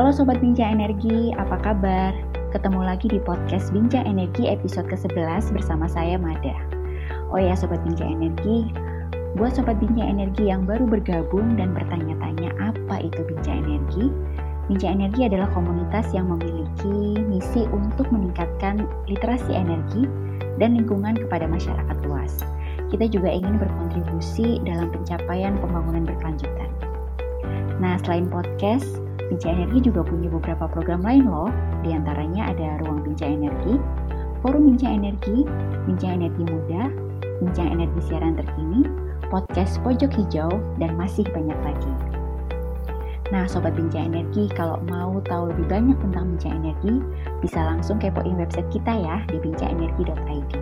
Halo Sobat Bincang Energi, apa kabar? Ketemu lagi di podcast Bincang Energi episode ke-11 bersama saya Mada. Oh ya Sobat Bincang Energi, buat Sobat Bincang Energi yang baru bergabung dan bertanya-tanya apa itu Bincang Energi, Bincang Energi adalah komunitas yang memiliki misi untuk meningkatkan literasi energi dan lingkungan kepada masyarakat luas. Kita juga ingin berkontribusi dalam pencapaian pembangunan berkelanjutan. Nah, selain podcast, Bincang Energi juga punya beberapa program lain loh. Di antaranya ada Ruang Bincang Energi, Forum Bincang Energi, Bincang Energi Muda, Bincang Energi Siaran Terkini, Podcast Pojok Hijau, dan masih banyak lagi. Nah, Sobat Bincang Energi, kalau mau tahu lebih banyak tentang Bincang Energi, bisa langsung kepoin website kita ya di bincangenergi.id.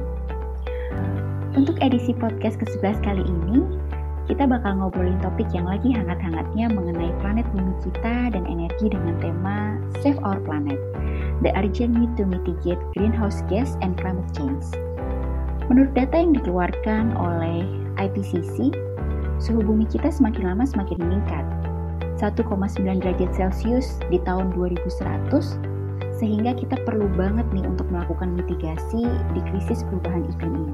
Untuk edisi podcast ke-11 kali ini, kita bakal ngobrolin topik yang lagi hangat-hangatnya mengenai planet bumi kita dan energi dengan tema Save Our Planet, The Urgent Need to Mitigate Greenhouse Gas and Climate Change. Menurut data yang dikeluarkan oleh IPCC, suhu bumi kita semakin lama semakin meningkat, 1,9 derajat Celcius di tahun 2100, sehingga kita perlu banget nih untuk melakukan mitigasi di krisis perubahan iklim ini.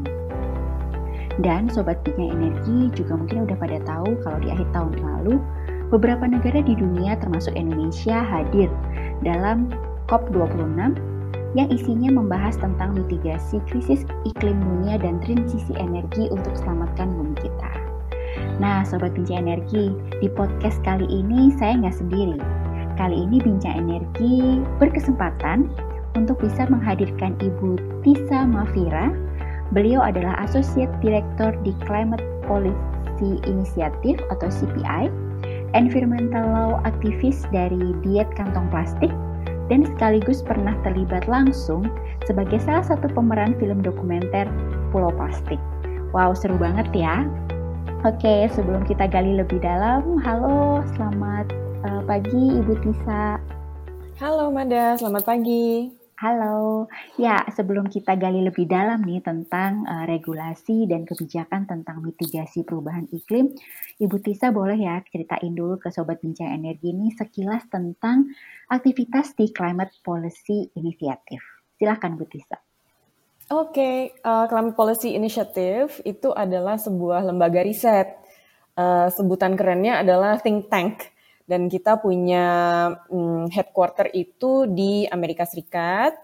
Dan Sobat Bincang Energi juga mungkin udah pada tahu kalau di akhir tahun lalu, beberapa negara di dunia termasuk Indonesia hadir dalam COP26 yang isinya membahas tentang mitigasi krisis iklim dunia dan transisi energi untuk selamatkan bumi kita. Nah, Sobat Bincang Energi, di podcast kali ini saya nggak sendiri. Kali ini Bincang Energi berkesempatan untuk bisa menghadirkan Ibu Tisa Mafira. Beliau adalah Associate Director di Climate Policy Initiative atau CPI, Environmental Law Activist dari Diet Kantong Plastik, dan sekaligus pernah terlibat langsung sebagai salah satu pemeran film dokumenter Pulau Plastik. Wow, seru banget ya. Oke, sebelum kita gali lebih dalam, halo, selamat pagi Ibu Tisa. Halo Mada, selamat pagi. Halo, ya sebelum kita gali lebih dalam nih tentang regulasi dan kebijakan tentang mitigasi perubahan iklim, Ibu Tisa boleh ya ceritain dulu ke Sobat Bincang Energi ini sekilas tentang aktivitas di Climate Policy Initiative. Silahkan Bu Tisa. Oke, Climate Policy Initiative itu adalah sebuah lembaga riset. Sebutan kerennya adalah think tank. Dan kita punya headquarter itu di Amerika Serikat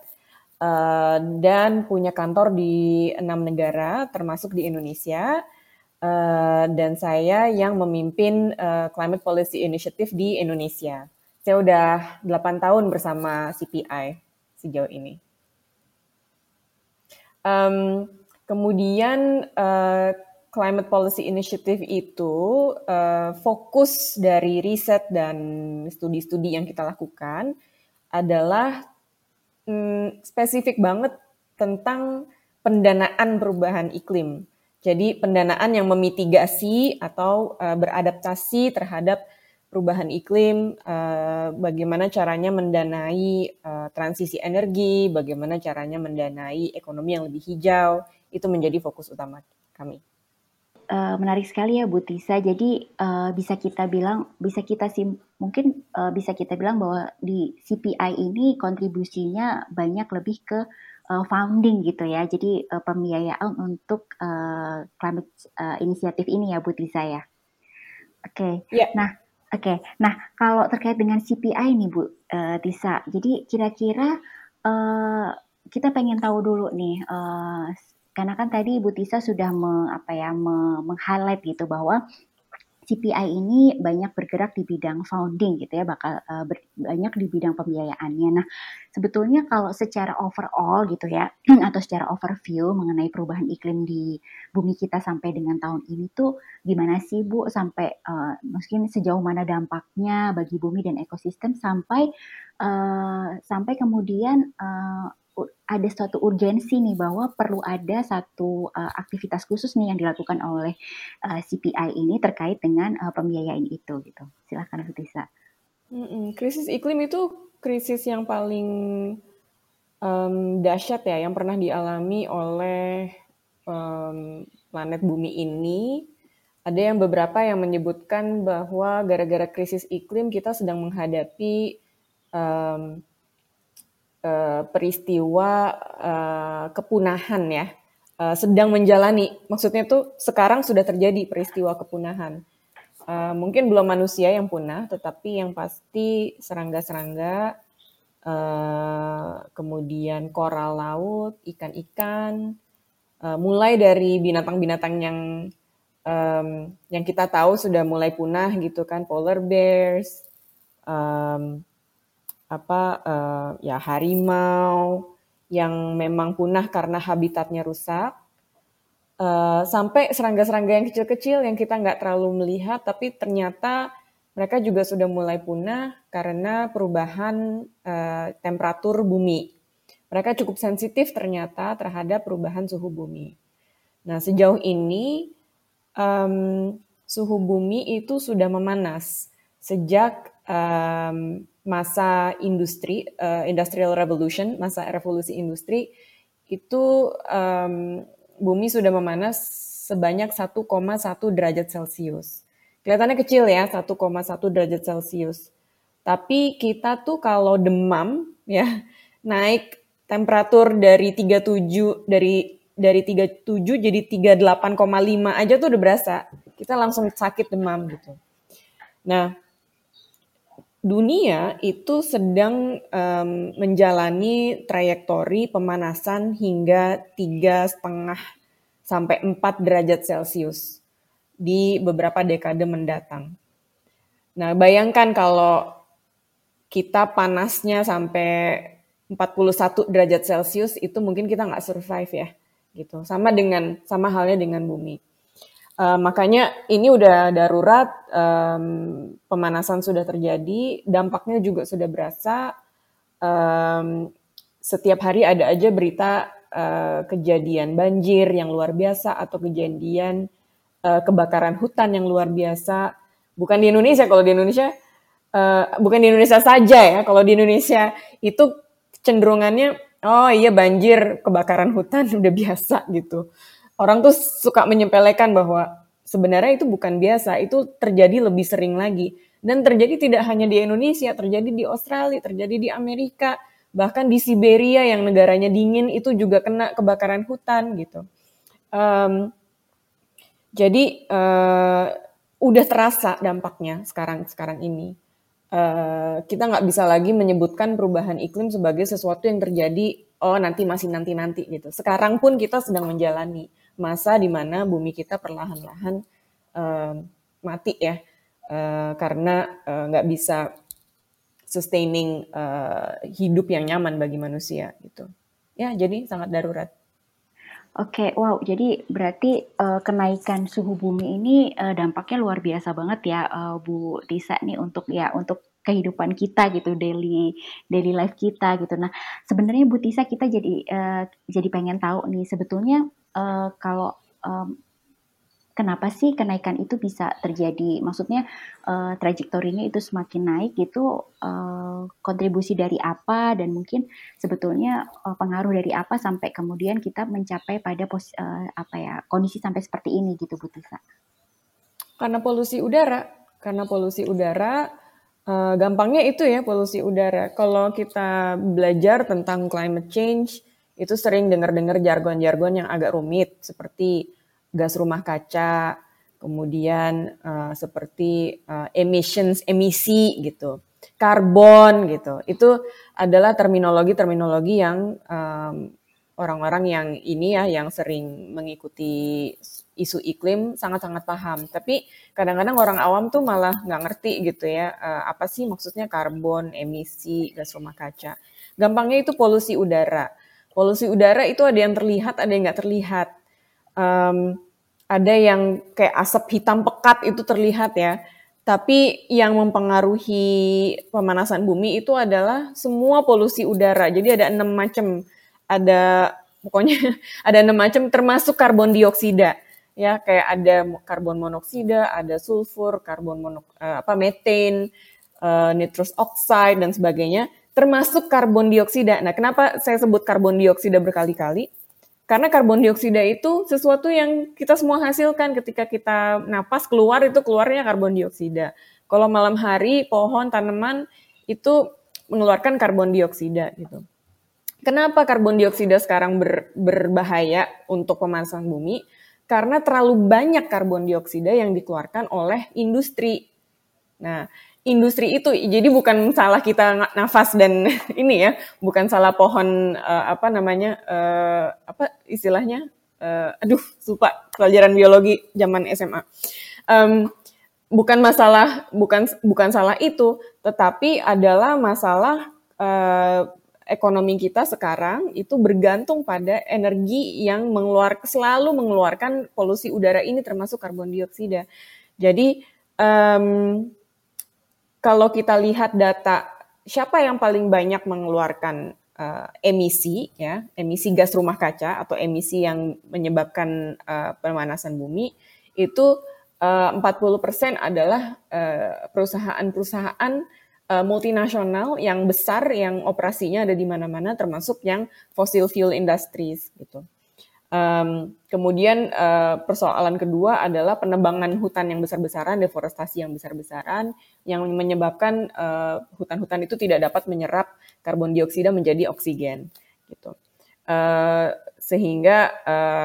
dan punya kantor di 6 negara, termasuk di Indonesia. Dan saya yang memimpin Climate Policy Initiative di Indonesia. Saya udah 8 tahun bersama CPI sejauh ini. Kemudian Climate Policy Initiative itu fokus dari riset dan studi-studi yang kita lakukan adalah spesifik banget tentang pendanaan perubahan iklim. Jadi pendanaan yang memitigasi atau beradaptasi terhadap perubahan iklim, bagaimana caranya mendanai transisi energi, bagaimana caranya mendanai ekonomi yang lebih hijau, itu menjadi fokus utama kami. Menarik sekali ya Bu Tisa. Jadi bisa kita bilang bahwa di CPI ini kontribusinya banyak lebih ke founding gitu ya. Jadi pembiayaan untuk climate inisiatif ini ya Bu Tisa ya. Oke. Yeah. Nah, kalau terkait dengan CPI nih Bu Tisa. Jadi kira-kira kita pengen tahu dulu nih. Karena kan tadi Ibu Tisa sudah meng-highlight gitu bahwa CPI ini banyak bergerak di bidang founding gitu ya, banyak di bidang pembiayaannya. Nah, sebetulnya kalau secara overall gitu ya, atau secara overview mengenai perubahan iklim di bumi kita sampai dengan tahun ini tuh gimana sih Bu, sampai mungkin sejauh mana dampaknya bagi bumi dan ekosistem sampai kemudian ada suatu urgensi nih bahwa perlu ada satu aktivitas khusus nih yang dilakukan oleh CPI ini terkait dengan pembiayaan itu gitu. Silakan Bu Tisa. Krisis iklim itu krisis yang paling dahsyat ya yang pernah dialami oleh planet bumi ini. Ada yang beberapa yang menyebutkan bahwa gara-gara krisis iklim kita sedang menghadapi um, peristiwa kepunahan ya, sedang menjalani. Maksudnya tuh sekarang sudah terjadi peristiwa kepunahan. Mungkin belum manusia yang punah, tetapi yang pasti serangga-serangga, kemudian koral laut, ikan-ikan, mulai dari binatang-binatang yang kita tahu sudah mulai punah gitu kan, polar bears, ya harimau yang memang punah karena habitatnya rusak, sampai serangga-serangga yang kecil-kecil yang kita nggak terlalu melihat, tapi ternyata mereka juga sudah mulai punah karena perubahan temperatur bumi. Mereka cukup sensitif ternyata terhadap perubahan suhu bumi. Nah, sejauh ini suhu bumi itu sudah memanas sejak masa industri, industrial revolution, masa revolusi industri, itu bumi sudah memanas sebanyak 1,1 derajat Celcius. Kelihatannya kecil ya, 1,1 derajat Celcius. Tapi kita tuh kalau demam ya, naik temperatur dari 37 dari 37 jadi 38,5 aja tuh udah berasa. Kita langsung sakit demam gitu. Nah, dunia itu sedang menjalani trayektori pemanasan hingga 3,5 sampai 4 derajat Celcius di beberapa dekade mendatang. Nah, bayangkan kalau kita panasnya sampai 41 derajat Celcius, itu mungkin kita nggak survive ya, gitu. Sama halnya dengan bumi. Makanya ini udah darurat, pemanasan sudah terjadi, dampaknya juga sudah berasa. Setiap hari ada aja berita kejadian banjir yang luar biasa atau kejadian kebakaran hutan yang luar biasa. Bukan di Indonesia, kalau di Indonesia bukan di Indonesia saja ya. Kalau di Indonesia itu cenderungannya, oh iya banjir, kebakaran hutan udah biasa gitu. Orang tuh suka menyepelekan bahwa sebenarnya itu bukan biasa, itu terjadi lebih sering lagi. Dan terjadi tidak hanya di Indonesia, terjadi di Australia, terjadi di Amerika, bahkan di Siberia yang negaranya dingin itu juga kena kebakaran hutan gitu. Jadi udah terasa dampaknya sekarang ini. Kita nggak bisa lagi menyebutkan perubahan iklim sebagai sesuatu yang terjadi masih nanti gitu. Sekarang pun kita sedang menjalani masa di mana bumi kita perlahan-lahan mati ya, karena nggak bisa sustaining hidup yang nyaman bagi manusia gitu. Ya, jadi sangat darurat. Oke, wow. Jadi berarti kenaikan suhu bumi ini dampaknya luar biasa banget ya, Bu Tisa nih untuk kehidupan kita gitu, daily life kita gitu. Nah, sebenarnya Bu Tisa kita jadi pengen tahu nih sebetulnya kalau kenapa sih kenaikan itu bisa terjadi? Maksudnya trajektorinya itu semakin naik gitu, kontribusi dari apa dan mungkin sebetulnya pengaruh dari apa sampai kemudian kita mencapai pada kondisi sampai seperti ini gitu, Bu Tisa? Karena polusi udara, gampangnya itu ya polusi udara. Kalau kita belajar tentang climate change, itu sering dengar-dengar jargon-jargon yang agak rumit seperti gas rumah kaca, kemudian seperti emisi gitu, karbon gitu. Itu adalah terminologi yang orang-orang yang sering mengikuti isu iklim sangat-sangat paham. Tapi kadang-kadang orang awam tuh malah nggak ngerti gitu ya, apa sih maksudnya karbon, emisi, gas rumah kaca. Gampangnya itu polusi udara. Polusi udara itu ada yang terlihat, ada yang nggak terlihat. Ada yang kayak asap hitam pekat itu terlihat ya. Tapi yang mempengaruhi pemanasan bumi itu adalah semua polusi udara. Jadi ada 6 macam. Pokoknya ada 6 macam termasuk karbon dioksida. Ya, kayak ada karbon monoksida, ada sulfur, methane, nitrous oxide dan sebagainya, termasuk karbon dioksida. Nah, kenapa saya sebut karbon dioksida berkali-kali? Karena karbon dioksida itu sesuatu yang kita semua hasilkan ketika kita napas keluarnya karbon dioksida. Kalau malam hari pohon, tanaman itu mengeluarkan karbon dioksida gitu. Kenapa karbon dioksida sekarang berbahaya untuk pemanasan bumi? Karena terlalu banyak karbon dioksida yang dikeluarkan oleh industri. Nah, industri itu jadi bukan salah kita nafas dan ini ya, bukan salah pohon apa istilahnya? Lupa pelajaran biologi zaman SMA. Bukan salah itu, tetapi adalah masalah ekonomi kita sekarang itu bergantung pada energi yang selalu mengeluarkan polusi udara ini termasuk karbon dioksida. Jadi kalau kita lihat data siapa yang paling banyak mengeluarkan emisi gas rumah kaca atau emisi yang menyebabkan pemanasan bumi itu 40% adalah perusahaan-perusahaan multinasional yang besar yang operasinya ada di mana-mana termasuk yang fossil fuel industries gitu. Kemudian persoalan kedua adalah penebangan hutan yang besar-besaran, deforestasi yang besar-besaran yang menyebabkan hutan-hutan itu tidak dapat menyerap karbon dioksida menjadi oksigen gitu. Sehingga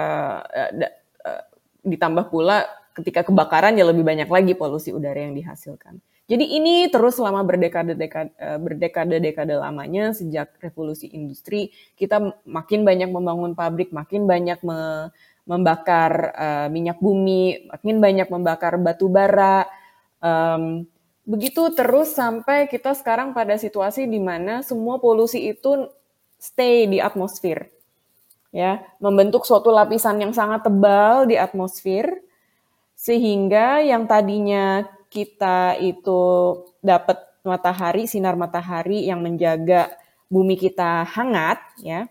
ditambah pula ketika kebakaran ya lebih banyak lagi polusi udara yang dihasilkan. Jadi ini terus selama berdekade-dekade lamanya sejak revolusi industri kita makin banyak membangun pabrik, makin banyak membakar minyak bumi, makin banyak membakar batu bara. Begitu terus sampai kita sekarang pada situasi di mana semua polusi itu stay di atmosfer. Ya, membentuk suatu lapisan yang sangat tebal di atmosfer sehingga yang tadinya kita itu dapat sinar matahari yang menjaga bumi kita hangat, ya.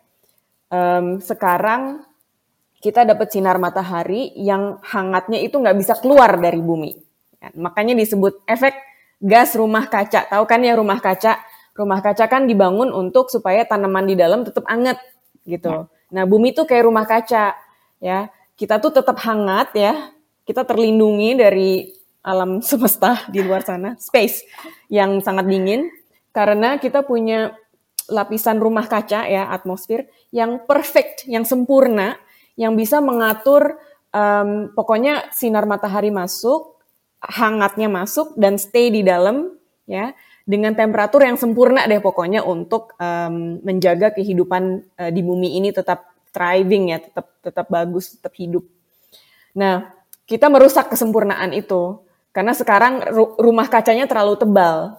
Sekarang kita dapat sinar matahari yang hangatnya itu nggak bisa keluar dari bumi. Ya, makanya disebut efek gas rumah kaca. Tahu kan ya rumah kaca? Rumah kaca kan dibangun untuk supaya tanaman di dalam tetap hangat, gitu. Nah, bumi tuh kayak rumah kaca, ya. Kita tuh tetap hangat, ya. Kita terlindungi dari alam semesta di luar sana, space yang sangat dingin, karena kita punya lapisan rumah kaca ya, atmosfer yang perfect, yang sempurna, yang bisa mengatur pokoknya sinar matahari masuk, hangatnya masuk dan stay di dalam ya, dengan temperatur yang sempurna deh pokoknya untuk menjaga kehidupan di bumi ini tetap thriving ya, tetap bagus, tetap hidup. Nah, kita merusak kesempurnaan itu. Karena sekarang rumah kacanya terlalu tebal,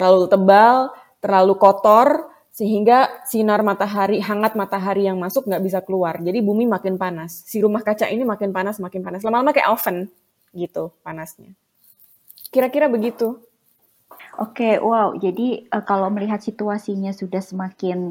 terlalu kotor, sehingga sinar matahari, hangat matahari yang masuk nggak bisa keluar. Jadi bumi makin panas. Si rumah kaca ini makin panas. Lama-lama kayak oven gitu panasnya. Kira-kira begitu. Oke, wow. Jadi kalau melihat situasinya sudah semakin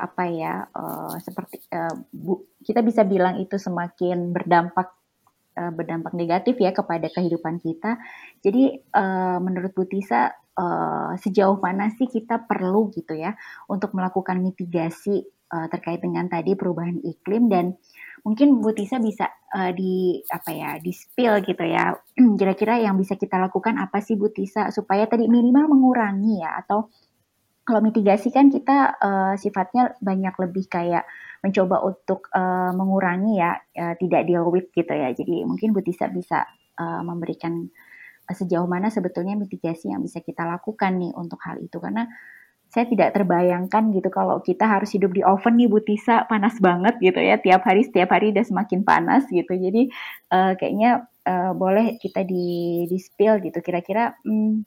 seperti kita bisa bilang itu semakin berdampak negatif ya kepada kehidupan kita. Jadi menurut Bu Tisa sejauh mana sih kita perlu gitu ya untuk melakukan mitigasi terkait dengan tadi perubahan iklim, dan mungkin Bu Tisa bisa di spill gitu ya. Kira-kira yang bisa kita lakukan apa sih Bu Tisa supaya tadi minimal mengurangi ya, atau kalau mitigasi kan kita sifatnya banyak lebih kayak mencoba untuk mengurangi ya, tidak deal with gitu ya. Jadi mungkin Bu Tisa bisa memberikan sejauh mana sebetulnya mitigasi yang bisa kita lakukan nih untuk hal itu. Karena saya tidak terbayangkan gitu kalau kita harus hidup di oven nih Bu Tisa, panas banget gitu ya. Setiap hari udah semakin panas gitu. Jadi kayaknya boleh kita di spill gitu. Kira-kira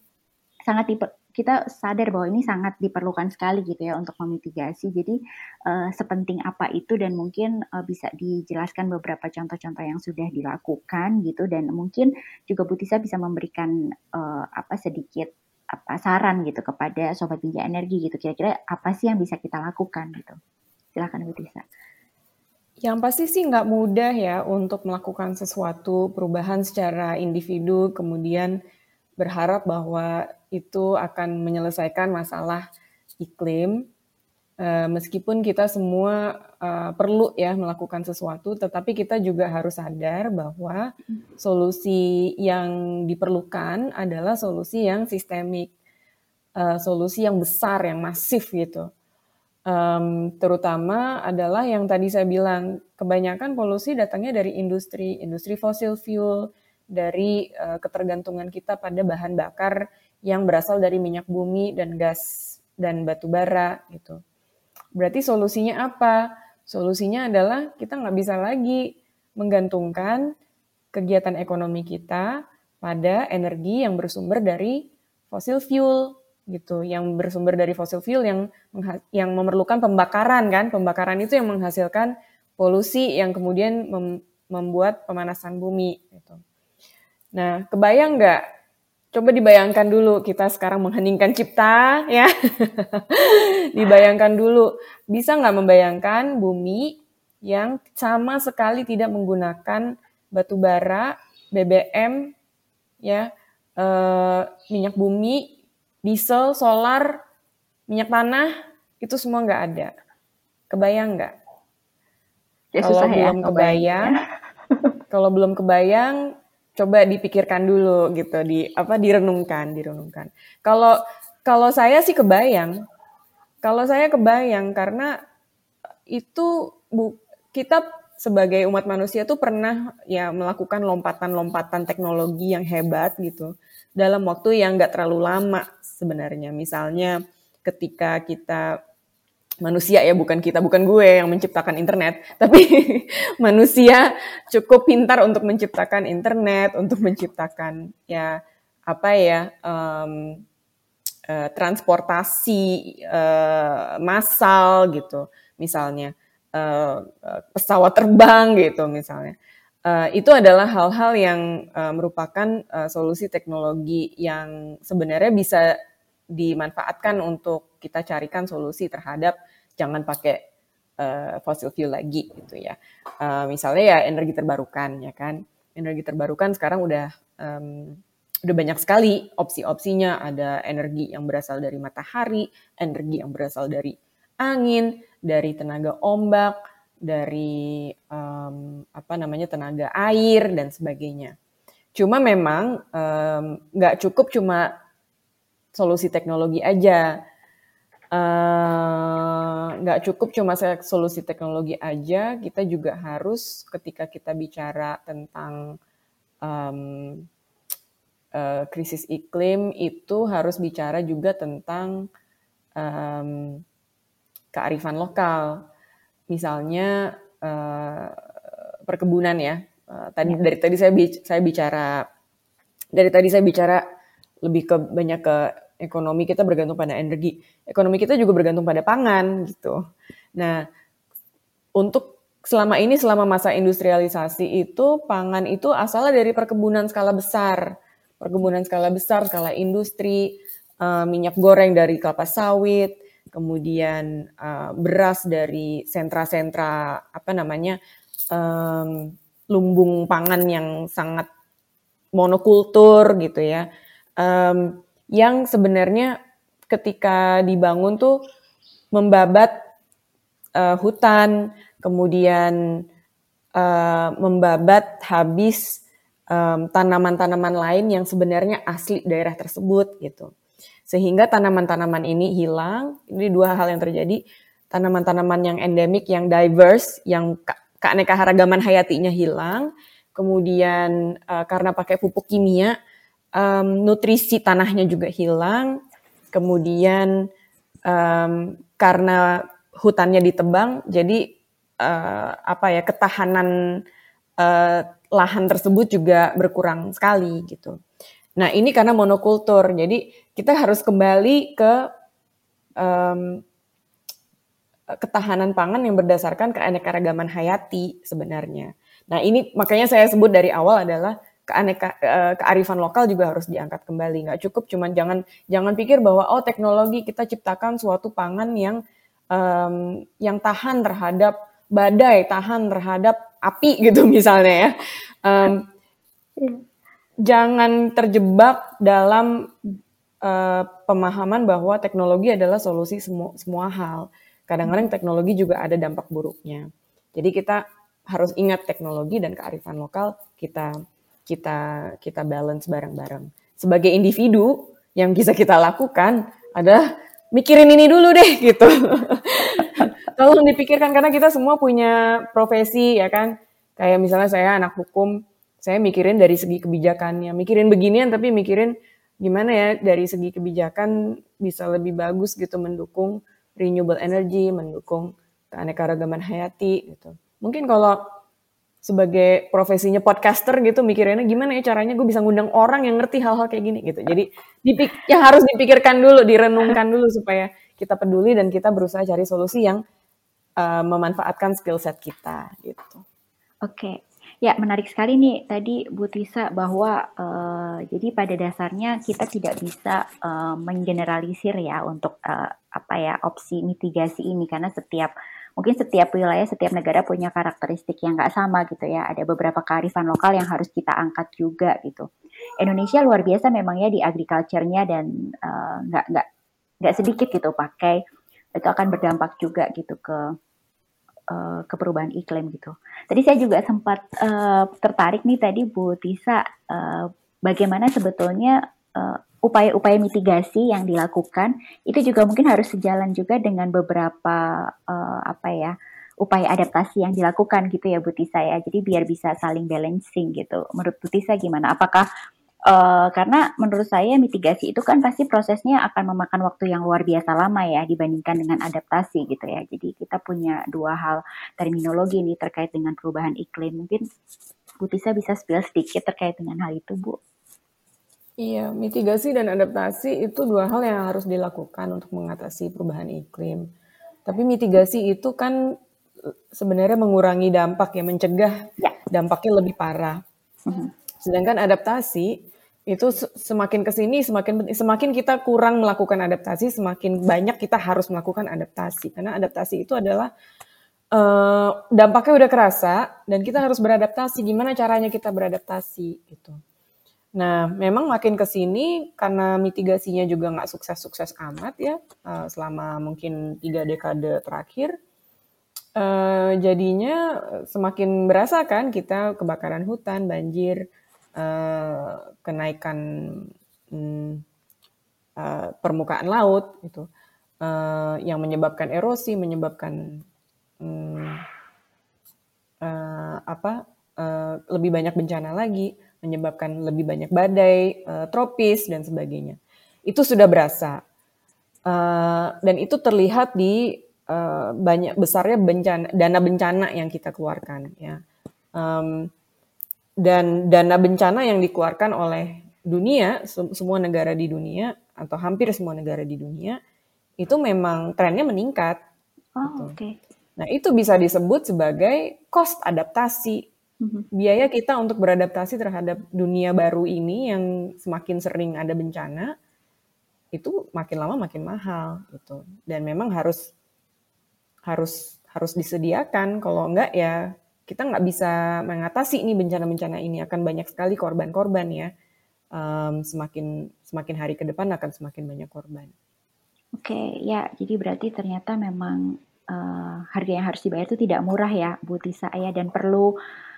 kita sadar bahwa ini sangat diperlukan sekali gitu ya untuk memitigasi. Jadi sepenting apa itu, dan mungkin bisa dijelaskan beberapa contoh-contoh yang sudah dilakukan gitu, dan mungkin juga Bu Tisa bisa memberikan sedikit saran gitu kepada Sobat Binja Energi gitu. Kira-kira apa sih yang bisa kita lakukan gitu. Silakan Bu Tisa. Yang pasti sih nggak mudah ya untuk melakukan sesuatu perubahan secara individu, kemudian berharap bahwa itu akan menyelesaikan masalah iklim. Meskipun kita semua perlu ya melakukan sesuatu, tetapi kita juga harus sadar bahwa solusi yang diperlukan adalah solusi yang sistemik. solusi yang besar, yang masif gitu. Terutama adalah yang tadi saya bilang, kebanyakan polusi datangnya dari industri fossil fuel, dari ketergantungan kita pada bahan bakar yang berasal dari minyak bumi dan gas dan batu bara gitu. Berarti solusinya apa? Solusinya adalah kita nggak bisa lagi menggantungkan kegiatan ekonomi kita pada energi yang bersumber dari fossil fuel gitu, yang bersumber dari fossil fuel yang memerlukan pembakaran kan, pembakaran itu yang menghasilkan polusi yang kemudian membuat pemanasan bumi gitu. Nah, kebayang nggak? Coba dibayangkan dulu kita sekarang mengheningkan cipta ya. Dibayangkan dulu, bisa nggak membayangkan bumi yang sama sekali tidak menggunakan batu bara, BBM, ya, minyak bumi, diesel, solar, minyak tanah, itu semua nggak ada. Kebayang nggak? Ya, susah ya, kalau belum kebayang, coba dipikirkan dulu gitu, direnungkan. Kalau saya sih kebayang. Kalau saya kebayang karena itu kita sebagai umat manusia tuh pernah ya melakukan lompatan-lompatan teknologi yang hebat gitu dalam waktu yang nggak terlalu lama sebenarnya. Misalnya ketika kita manusia ya, bukan gue yang menciptakan internet, tapi manusia cukup pintar untuk menciptakan internet, untuk menciptakan ya transportasi massal gitu, misalnya pesawat terbang gitu misalnya. Itu adalah hal-hal yang merupakan solusi teknologi yang sebenarnya bisa dimanfaatkan untuk kita carikan solusi terhadap jangan pakai fossil fuel lagi gitu ya. Misalnya ya energi terbarukan ya kan. Energi terbarukan sekarang udah banyak sekali opsi-opsinya. Ada energi yang berasal dari matahari, energi yang berasal dari angin, dari tenaga ombak, dari tenaga air dan sebagainya. Cuma memang nggak cukup cuma solusi teknologi aja. Nggak cukup cuma solusi teknologi aja, kita juga harus ketika kita bicara tentang krisis iklim itu harus bicara juga tentang kearifan lokal. Misalnya perkebunan ya. Dari tadi saya bicara lebih banyak ke ekonomi, kita bergantung pada energi. Ekonomi kita juga bergantung pada pangan gitu. Nah, selama masa industrialisasi itu pangan itu asalnya dari perkebunan skala besar, skala industri, minyak goreng dari kelapa sawit, kemudian beras dari sentra-sentra lumbung pangan yang sangat monokultur gitu ya. Yang sebenarnya ketika dibangun tuh membabat hutan, kemudian membabat habis tanaman-tanaman lain yang sebenarnya asli daerah tersebut gitu. Sehingga tanaman-tanaman ini hilang. Ini dua hal yang terjadi. Tanaman-tanaman yang endemik, yang diverse, yang keanekaragaman hayatinya hilang. Kemudian karena pakai pupuk kimia, nutrisi tanahnya juga hilang. Kemudian karena hutannya ditebang, jadi ketahanan lahan tersebut juga berkurang sekali gitu. Nah, ini karena monokultur. Jadi kita harus kembali ke ketahanan pangan yang berdasarkan keanekaragaman hayati sebenarnya. Nah, ini makanya saya sebut dari awal adalah kearifan lokal juga harus diangkat kembali. Nggak cukup cuman jangan pikir bahwa teknologi kita ciptakan suatu pangan yang tahan terhadap badai, tahan terhadap api gitu misalnya ya. Jangan terjebak dalam pemahaman bahwa teknologi adalah solusi semua hal. Kadang-kadang teknologi juga ada dampak buruknya. Jadi kita harus ingat teknologi dan kearifan lokal kita balance bareng-bareng. Sebagai individu yang bisa kita lakukan ada mikirin ini dulu deh gitu. Tolong dipikirkan karena kita semua punya profesi ya kan. Kayak misalnya saya anak hukum, saya mikirin dari segi kebijakannya, mikirin beginian tapi mikirin gimana ya dari segi kebijakan bisa lebih bagus gitu mendukung renewable energy, mendukung keanekaragaman hayati gitu. Mungkin kalau sebagai profesinya podcaster gitu mikirinnya gimana ya caranya gue bisa ngundang orang yang ngerti hal-hal kayak gini gitu. Jadi yang harus dipikirkan dulu, direnungkan dulu supaya kita peduli dan kita berusaha cari solusi yang memanfaatkan skill set kita gitu. Oke, ya menarik sekali nih tadi Bu Tisa bahwa jadi pada dasarnya kita tidak bisa menggeneralisir ya untuk opsi mitigasi ini karena mungkin setiap wilayah, setiap negara punya karakteristik yang nggak sama gitu ya. Ada beberapa kearifan lokal yang harus kita angkat juga gitu. Indonesia luar biasa memang ya di agriculture-nya dan nggak sedikit gitu pakai itu akan berdampak juga gitu ke perubahan iklim gitu. Tadi saya juga sempat tertarik nih tadi Bu Tisa bagaimana sebetulnya upaya-upaya mitigasi yang dilakukan itu juga mungkin harus sejalan juga dengan beberapa upaya adaptasi yang dilakukan gitu ya Bu Tisa ya. Jadi biar bisa saling balancing gitu. Menurut Bu Tisa gimana? Apakah karena menurut saya mitigasi itu kan pasti prosesnya akan memakan waktu yang luar biasa lama ya dibandingkan dengan adaptasi gitu ya. Jadi kita punya dua hal terminologi nih terkait dengan perubahan iklim. Mungkin Bu Tisa bisa spill sedikit terkait dengan hal itu, Bu. Iya, mitigasi dan adaptasi itu dua hal yang harus dilakukan untuk mengatasi perubahan iklim. Tapi mitigasi itu kan sebenarnya mengurangi dampak ya, mencegah dampaknya lebih parah. Sedangkan adaptasi itu semakin kesini semakin kita kurang melakukan adaptasi, semakin banyak kita harus melakukan adaptasi. Karena adaptasi itu adalah dampaknya udah kerasa dan kita harus beradaptasi. Gimana caranya kita beradaptasi gitu. Nah, memang makin kesini karena mitigasinya juga nggak sukses-sukses amat ya selama mungkin 3 dekade terakhir. Jadinya semakin berasa kan kita kebakaran hutan, banjir, kenaikan permukaan laut gitu, yang menyebabkan erosi, menyebabkan lebih banyak bencana lagi, menyebabkan lebih banyak badai tropis dan sebagainya. Itu sudah berasa dan itu terlihat di banyak besarnya dana bencana yang kita keluarkan ya. Dan dana bencana yang dikeluarkan oleh dunia, semua negara di dunia atau hampir semua negara di dunia itu memang trennya meningkat. Oh, oke. Nah, itu bisa disebut sebagai cost adaptasi. Biaya kita untuk beradaptasi terhadap dunia baru ini yang semakin sering ada bencana itu makin lama makin mahal gitu. Dan memang harus disediakan, kalau enggak ya kita nggak bisa mengatasi ini bencana-bencana ini, akan banyak sekali korban-korban ya. Semakin hari ke depan akan semakin banyak korban. Oke, ya jadi berarti ternyata memang harga yang harus dibayar itu tidak murah ya Bu Tisa ya dan perlu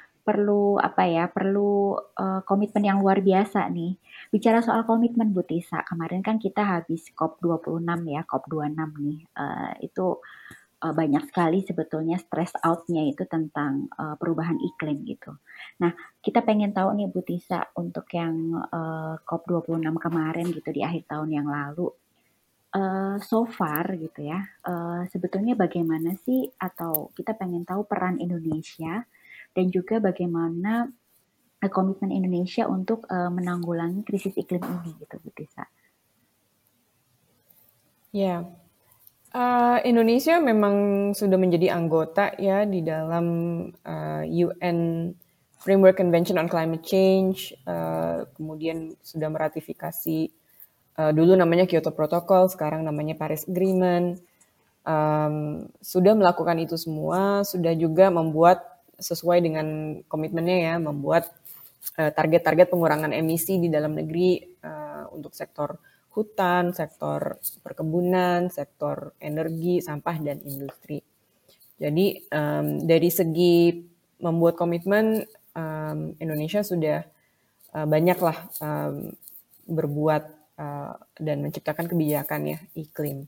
komitmen yang luar biasa nih. Bicara soal komitmen Bu Tisa, kemarin kan kita habis COP26 ya, COP26 nih. Itu banyak sekali sebetulnya stress out-nya itu tentang perubahan iklim gitu. Nah, kita pengen tahu nih Bu Tisa untuk yang COP26 kemarin gitu di akhir tahun yang lalu. So far gitu ya, sebetulnya bagaimana sih atau kita pengen tahu peran Indonesia dan juga bagaimana komitmen Indonesia untuk menanggulangi krisis iklim ini gitu Bu Tisa. Ya, Indonesia memang sudah menjadi anggota ya di dalam UN Framework Convention on Climate Change, kemudian sudah meratifikasi dulu namanya Kyoto Protocol, sekarang namanya Paris Agreement. Sudah melakukan itu semua, sudah juga membuat sesuai dengan komitmennya ya, membuat target-target pengurangan emisi di dalam negeri untuk sektor hutan, sektor perkebunan, sektor energi, sampah, dan industri. Jadi dari segi membuat komitmen, Indonesia sudah banyaklah berbuat dan menciptakan kebijakan ya iklim.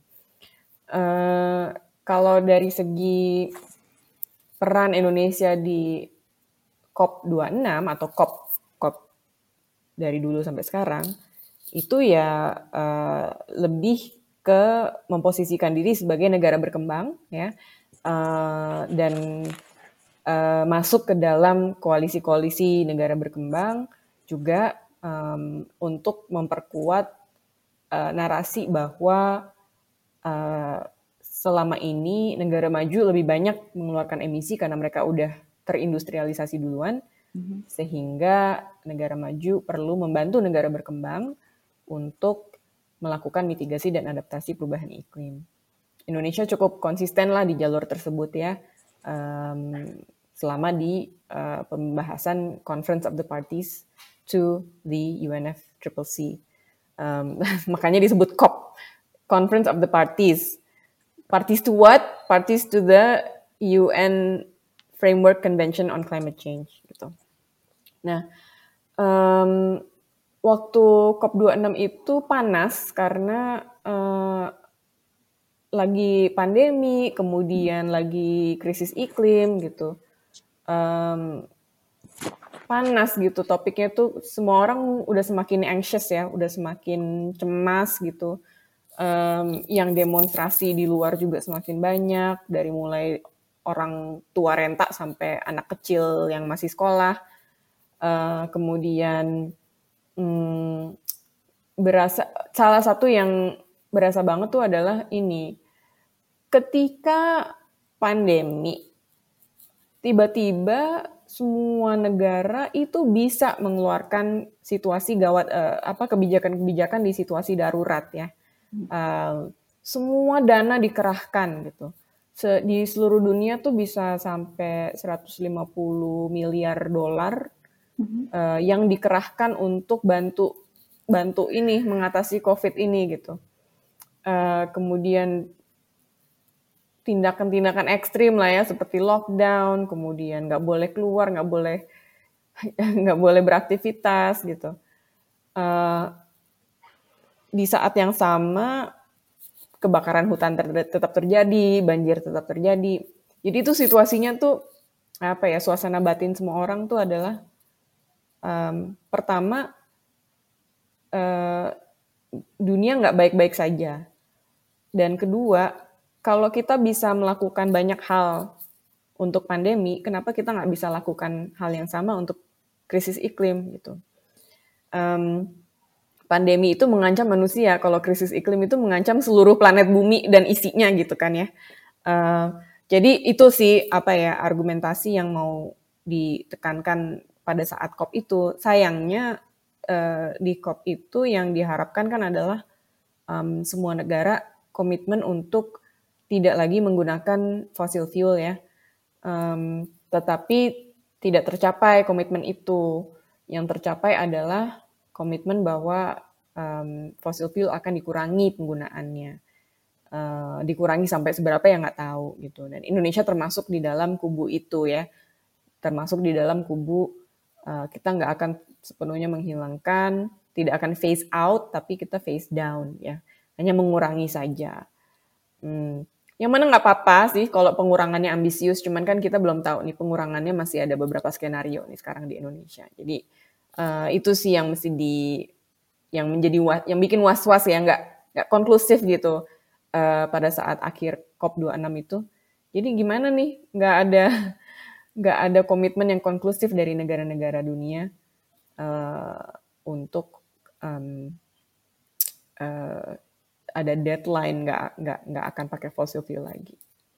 Kalau dari segi peran Indonesia di COP26 atau COP dari dulu sampai sekarang, itu ya lebih ke memposisikan diri sebagai negara berkembang ya, dan masuk ke dalam koalisi-koalisi negara berkembang juga untuk memperkuat narasi bahwa selama ini negara maju lebih banyak mengeluarkan emisi karena mereka udah terindustrialisasi duluan, sehingga negara maju perlu membantu negara berkembang untuk melakukan mitigasi dan adaptasi perubahan iklim. Indonesia cukup konsisten lah di jalur tersebut ya, selama di pembahasan Conference of the Parties to the UNFCCC. Makanya disebut COP, Conference of the Parties. Parties to what? Parties to the UN Framework Convention on Climate Change. Gitu. Nah, waktu COP26 itu panas karena lagi pandemi, kemudian lagi krisis iklim gitu. Panas gitu topiknya tuh, semua orang udah semakin anxious ya, udah semakin cemas gitu. Yang demonstrasi di luar juga semakin banyak, dari mulai orang tua renta sampai anak kecil yang masih sekolah. Kemudian salah satu yang berasa banget tuh adalah ini, ketika pandemi tiba-tiba semua negara itu bisa mengeluarkan situasi gawat, kebijakan-kebijakan di situasi darurat ya. Semua dana dikerahkan gitu. Di seluruh dunia tuh bisa sampai 150 miliar dolar yang dikerahkan untuk bantu ini mengatasi COVID ini gitu. Kemudian tindakan-tindakan ekstrim lah ya, seperti lockdown, kemudian nggak boleh keluar, nggak boleh beraktivitas gitu. Di saat yang sama kebakaran hutan tetap terjadi, banjir tetap terjadi. Jadi itu situasinya tuh suasana batin semua orang tuh adalah pertama dunia nggak baik-baik saja, dan kedua, kalau kita bisa melakukan banyak hal untuk pandemi, kenapa kita nggak bisa lakukan hal yang sama untuk krisis iklim gitu? Pandemi itu mengancam manusia, kalau krisis iklim itu mengancam seluruh planet bumi dan isinya gitu kan ya. Jadi itu sih argumentasi yang mau ditekankan pada saat COP itu. Sayangnya di COP itu yang diharapkan kan adalah semua negara komitmen untuk tidak lagi menggunakan fossil fuel ya. Tetapi tidak tercapai komitmen itu. Yang tercapai adalah komitmen bahwa fossil fuel akan dikurangi penggunaannya. Dikurangi sampai seberapa ya nggak tahu gitu. Dan Indonesia termasuk di dalam kubu itu ya. Termasuk di dalam kubu kita nggak akan sepenuhnya menghilangkan, tidak akan phase out, tapi kita phase down ya. Hanya mengurangi saja. Yang mana nggak apa-apa sih kalau pengurangannya ambisius, cuman kan kita belum tahu nih pengurangannya, masih ada beberapa skenario nih sekarang di Indonesia. Jadi itu sih yang mesti yang bikin was-was ya, nggak konklusif gitu pada saat akhir COP26 itu. Jadi gimana nih, nggak ada komitmen yang konklusif dari negara-negara dunia untuk ada deadline, nggak akan pakai fossil fuel lagi.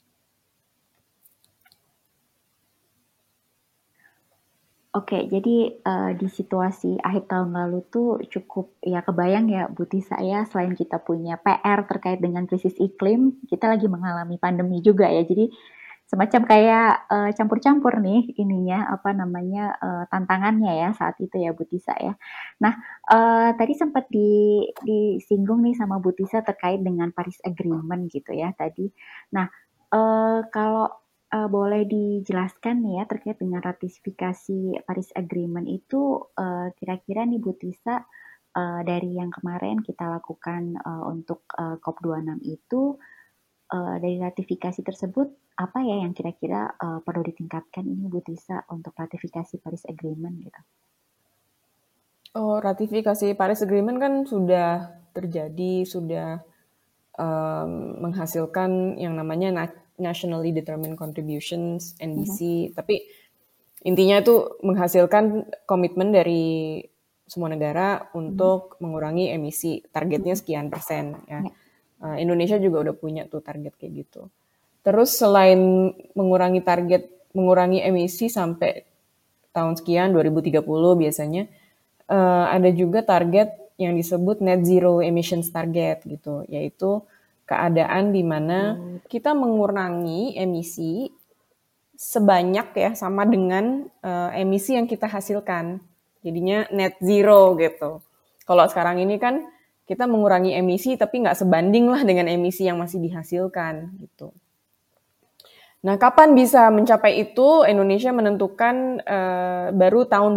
Oke, jadi di situasi akhir tahun lalu tuh cukup ya kebayang ya Bu Tisa ya, selain kita punya PR terkait dengan krisis iklim, kita lagi mengalami pandemi juga ya. Jadi semacam kayak campur-campur nih ininya tantangannya ya saat itu ya Bu Tisa ya. Nah, tadi sempat disinggung nih sama Bu Tisa terkait dengan Paris Agreement gitu ya tadi. Nah, kalau boleh dijelaskan nih ya terkait dengan ratifikasi Paris Agreement itu kira-kira nih Bu Tisa dari yang kemarin kita lakukan untuk COP26 itu, dari ratifikasi tersebut apa ya yang kira-kira perlu ditingkatkan ini Bu Tisa untuk ratifikasi Paris Agreement gitu? Oh, ratifikasi Paris Agreement kan sudah terjadi, sudah menghasilkan yang namanya Nationally Determined Contributions, NDC, tapi intinya itu menghasilkan komitmen dari semua negara untuk mengurangi emisi, targetnya sekian persen ya. Ya. Indonesia juga udah punya tuh target kayak gitu. Terus selain mengurangi emisi sampai tahun sekian 2030 biasanya, ada juga target yang disebut net zero emissions target gitu, yaitu keadaan di mana kita mengurangi emisi sebanyak ya sama dengan emisi yang kita hasilkan. Jadinya net zero gitu. Kalau sekarang ini kan kita mengurangi emisi tapi nggak sebanding lah dengan emisi yang masih dihasilkan gitu. Nah, kapan bisa mencapai itu? Indonesia menentukan baru tahun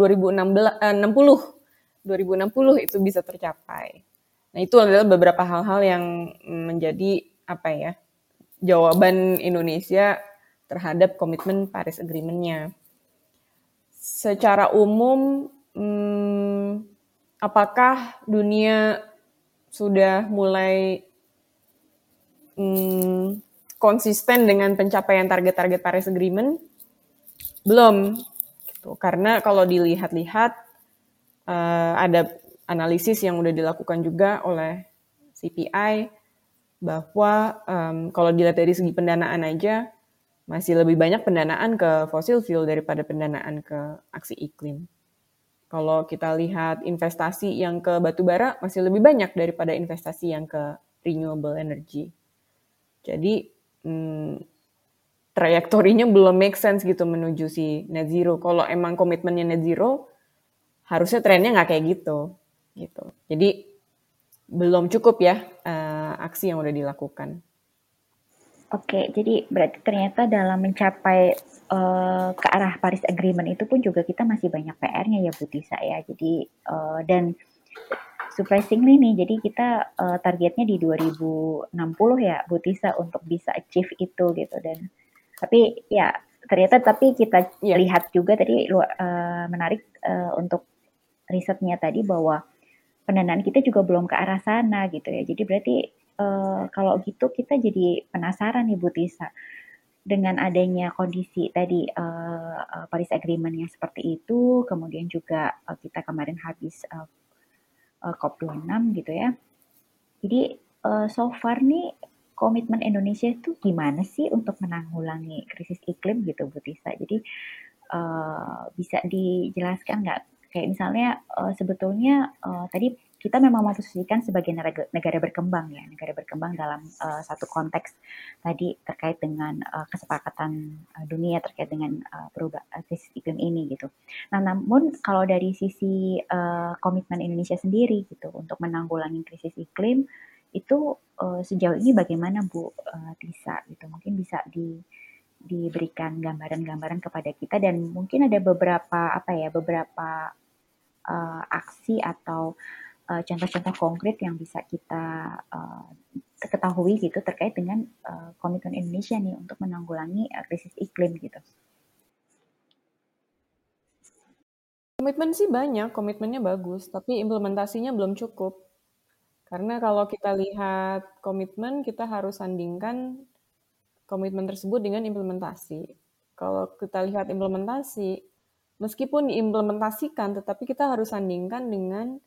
2060 itu bisa tercapai. Nah, itu adalah beberapa hal-hal yang menjadi apa ya? Jawaban Indonesia terhadap komitmen Paris Agreement-nya. Secara umum, apakah dunia sudah mulai konsisten dengan pencapaian target-target Paris Agreement? Belum. Gitu. Karena kalau dilihat-lihat, ada analisis yang udah dilakukan juga oleh CPI, bahwa kalau dilihat dari segi pendanaan aja, masih lebih banyak pendanaan ke fossil fuel daripada pendanaan ke aksi iklim. Kalau kita lihat investasi yang ke batu bara, masih lebih banyak daripada investasi yang ke renewable energy. Jadi, trajektorinya belum make sense gitu menuju si net zero. Kalau emang komitmennya net zero, harusnya trennya nggak kayak gitu. Jadi, belum cukup ya aksi yang udah dilakukan. Oke, jadi berarti ternyata dalam mencapai ke arah Paris Agreement itu pun juga kita masih banyak PR-nya ya Bu Tisa ya. Jadi dan surprisingly nih, jadi kita targetnya di 2060 ya Bu Tisa untuk bisa achieve itu gitu. Dan tapi ya ternyata tapi kita lihat juga tadi menarik untuk risetnya tadi bahwa pendanaan kita juga belum ke arah sana gitu ya. Jadi berarti kalau gitu kita jadi penasaran nih Bu Tisa, dengan adanya kondisi tadi Paris Agreement yang seperti itu, kemudian juga kita kemarin habis COP26 gitu ya. Jadi so far nih komitmen Indonesia itu gimana sih untuk menanggulangi krisis iklim gitu Bu Tisa? Jadi bisa dijelaskan nggak? Kayak misalnya sebetulnya tadi kita memang memposisikan sebagai negara berkembang ya, negara berkembang dalam satu konteks tadi terkait dengan kesepakatan dunia terkait dengan perubahan krisis iklim ini gitu. Nah, namun kalau dari sisi komitmen Indonesia sendiri gitu untuk menanggulangi krisis iklim itu sejauh ini bagaimana Bu Tisa gitu? Mungkin bisa diberikan gambaran-gambaran kepada kita dan mungkin ada beberapa aksi atau contoh-contoh konkret yang bisa kita ketahui gitu terkait dengan komitmen Indonesia nih untuk menanggulangi krisis iklim gitu. Komitmen sih banyak, komitmennya bagus, tapi implementasinya belum cukup. Karena kalau kita lihat komitmen, kita harus sandingkan komitmen tersebut dengan implementasi. Kalau kita lihat implementasi, meskipun diimplementasikan, tetapi kita harus sandingkan dengan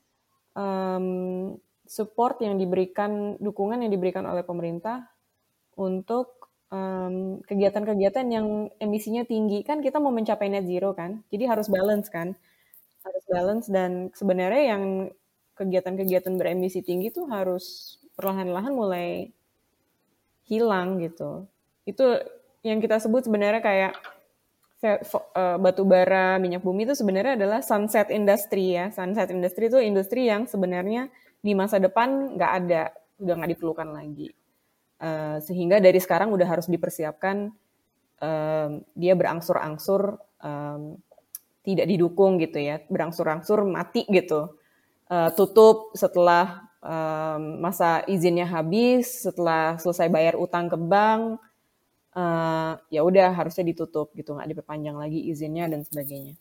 support yang diberikan, dukungan yang diberikan oleh pemerintah untuk kegiatan-kegiatan yang emisinya tinggi. Kan kita mau mencapai net zero kan, jadi harus balance kan. Harus balance dan sebenarnya yang kegiatan-kegiatan beremisi tinggi tuh harus perlahan-lahan mulai hilang gitu. Itu yang kita sebut sebenarnya kayak batu bara, minyak bumi itu sebenarnya adalah sunset industry ya. Sunset industry itu industri yang sebenarnya di masa depan nggak ada, udah nggak diperlukan lagi. Sehingga dari sekarang udah harus dipersiapkan dia berangsur-angsur tidak didukung gitu ya, berangsur-angsur mati gitu. tutup setelah masa izinnya habis, setelah selesai bayar utang ke bank, ya udah harusnya ditutup gitu, nggak diperpanjang lagi izinnya dan sebagainya.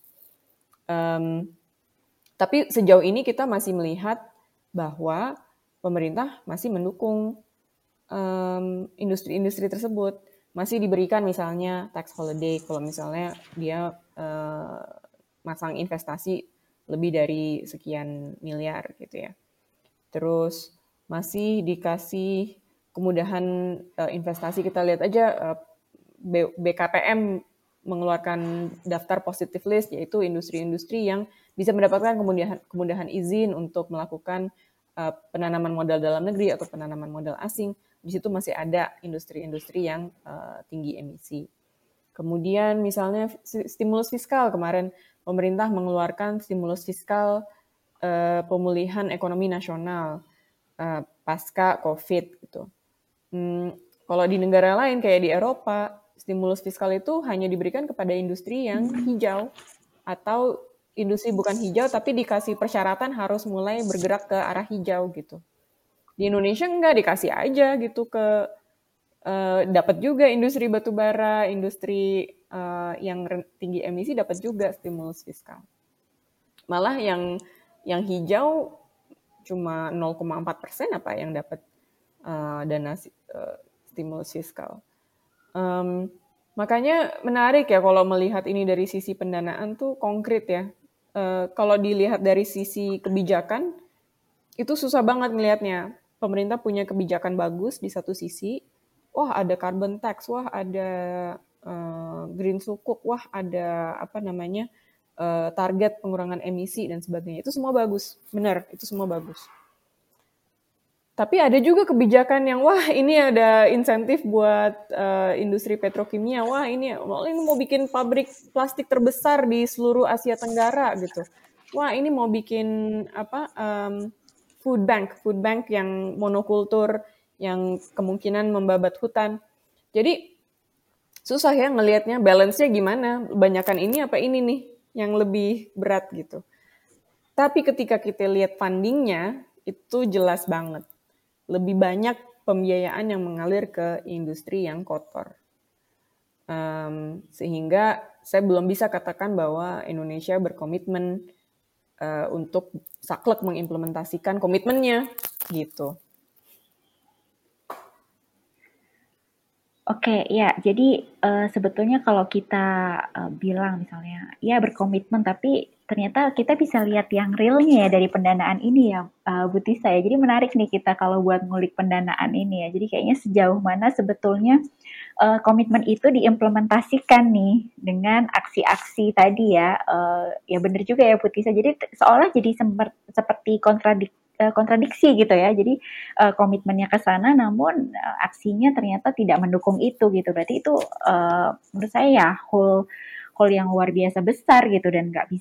Tapi sejauh ini kita masih melihat bahwa pemerintah masih mendukung industri-industri tersebut, masih diberikan misalnya tax holiday kalau misalnya dia masang investasi lebih dari sekian miliar gitu ya. Terus masih dikasih kemudahan investasi. Kita lihat aja BKPM mengeluarkan daftar positive list, yaitu industri-industri yang bisa mendapatkan kemudahan izin untuk melakukan penanaman modal dalam negeri atau penanaman modal asing. Di situ masih ada industri-industri yang tinggi emisi. Kemudian misalnya stimulus fiskal, kemarin pemerintah mengeluarkan stimulus fiskal pemulihan ekonomi nasional pasca COVID gitu. Kalau di negara lain kayak di Eropa, stimulus fiskal itu hanya diberikan kepada industri yang hijau atau industri bukan hijau tapi dikasih persyaratan harus mulai bergerak ke arah hijau gitu. Di Indonesia enggak, dikasih aja gitu ke dapat juga industri batubara, industri yang tinggi emisi dapat juga stimulus fiskal. Malah yang hijau cuma 0,4% apa yang dapat dana stimulus fiskal. Makanya menarik ya kalau melihat ini dari sisi pendanaan tuh konkret ya. Kalau dilihat dari sisi kebijakan, itu susah banget ngelihatnya. Pemerintah punya kebijakan bagus di satu sisi, wah ada carbon tax, wah ada green sukuk, wah ada target pengurangan emisi dan sebagainya. Itu semua bagus, benar, itu semua bagus. Tapi ada juga kebijakan yang wah ini ada insentif buat industri petrokimia, wah ini mau bikin pabrik plastik terbesar di seluruh Asia Tenggara gitu. Wah ini mau bikin food bank yang monokultur yang kemungkinan membabat hutan. Jadi susah ya ngelihatnya balance-nya gimana, banyakan ini apa ini nih yang lebih berat gitu. Tapi ketika kita lihat fundingnya itu jelas banget. Lebih banyak pembiayaan yang mengalir ke industri yang kotor. Sehingga saya belum bisa katakan bahwa Indonesia berkomitmen untuk saklek mengimplementasikan komitmennya gitu. Oke, ya. Jadi sebetulnya kalau kita bilang misalnya, ya berkomitmen, tapi ternyata kita bisa lihat yang realnya ya dari pendanaan ini ya, Bu Tisa ya. Jadi menarik nih kita kalau buat ngulik pendanaan ini ya. Jadi kayaknya sejauh mana sebetulnya komitmen itu diimplementasikan nih dengan aksi-aksi tadi ya. Ya benar juga ya Bu Tisa. Jadi seolah jadi seperti kontradiksi gitu ya. Jadi komitmennya ke sana, namun aksinya ternyata tidak mendukung itu gitu. Berarti itu menurut saya ya hal yang luar biasa besar gitu dan nggak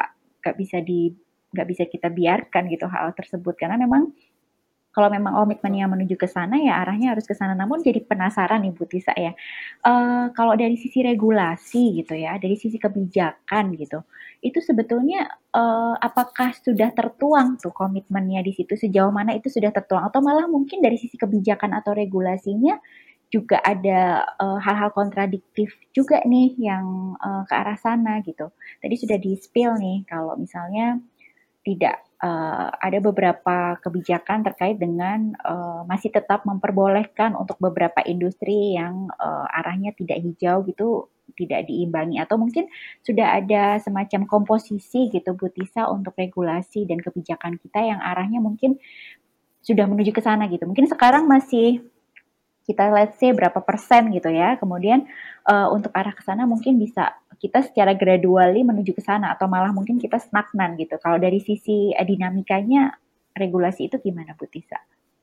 bisa kita biarkan gitu hal tersebut karena memang kalau memang komitmennya menuju ke sana ya arahnya harus ke sana. Namun jadi penasaran nih Bu Tisa ya, kalau dari sisi regulasi gitu ya, dari sisi kebijakan gitu, itu sebetulnya apakah sudah tertuang tuh komitmennya di situ, sejauh mana itu sudah tertuang atau malah mungkin dari sisi kebijakan atau regulasinya juga ada hal-hal kontradiktif juga nih yang ke arah sana gitu. Tadi sudah di-spill nih kalau misalnya tidak ada beberapa kebijakan terkait dengan masih tetap memperbolehkan untuk beberapa industri yang arahnya tidak hijau gitu tidak diimbangi atau mungkin sudah ada semacam komposisi gitu Bu Tisa untuk regulasi dan kebijakan kita yang arahnya mungkin sudah menuju ke sana gitu. Mungkin sekarang masih kita let's say berapa persen gitu ya. Kemudian untuk arah ke sana mungkin bisa kita secara gradually menuju ke sana atau malah mungkin kita stagnan gitu. Kalau dari sisi dinamikanya regulasi itu gimana Bu Tisa?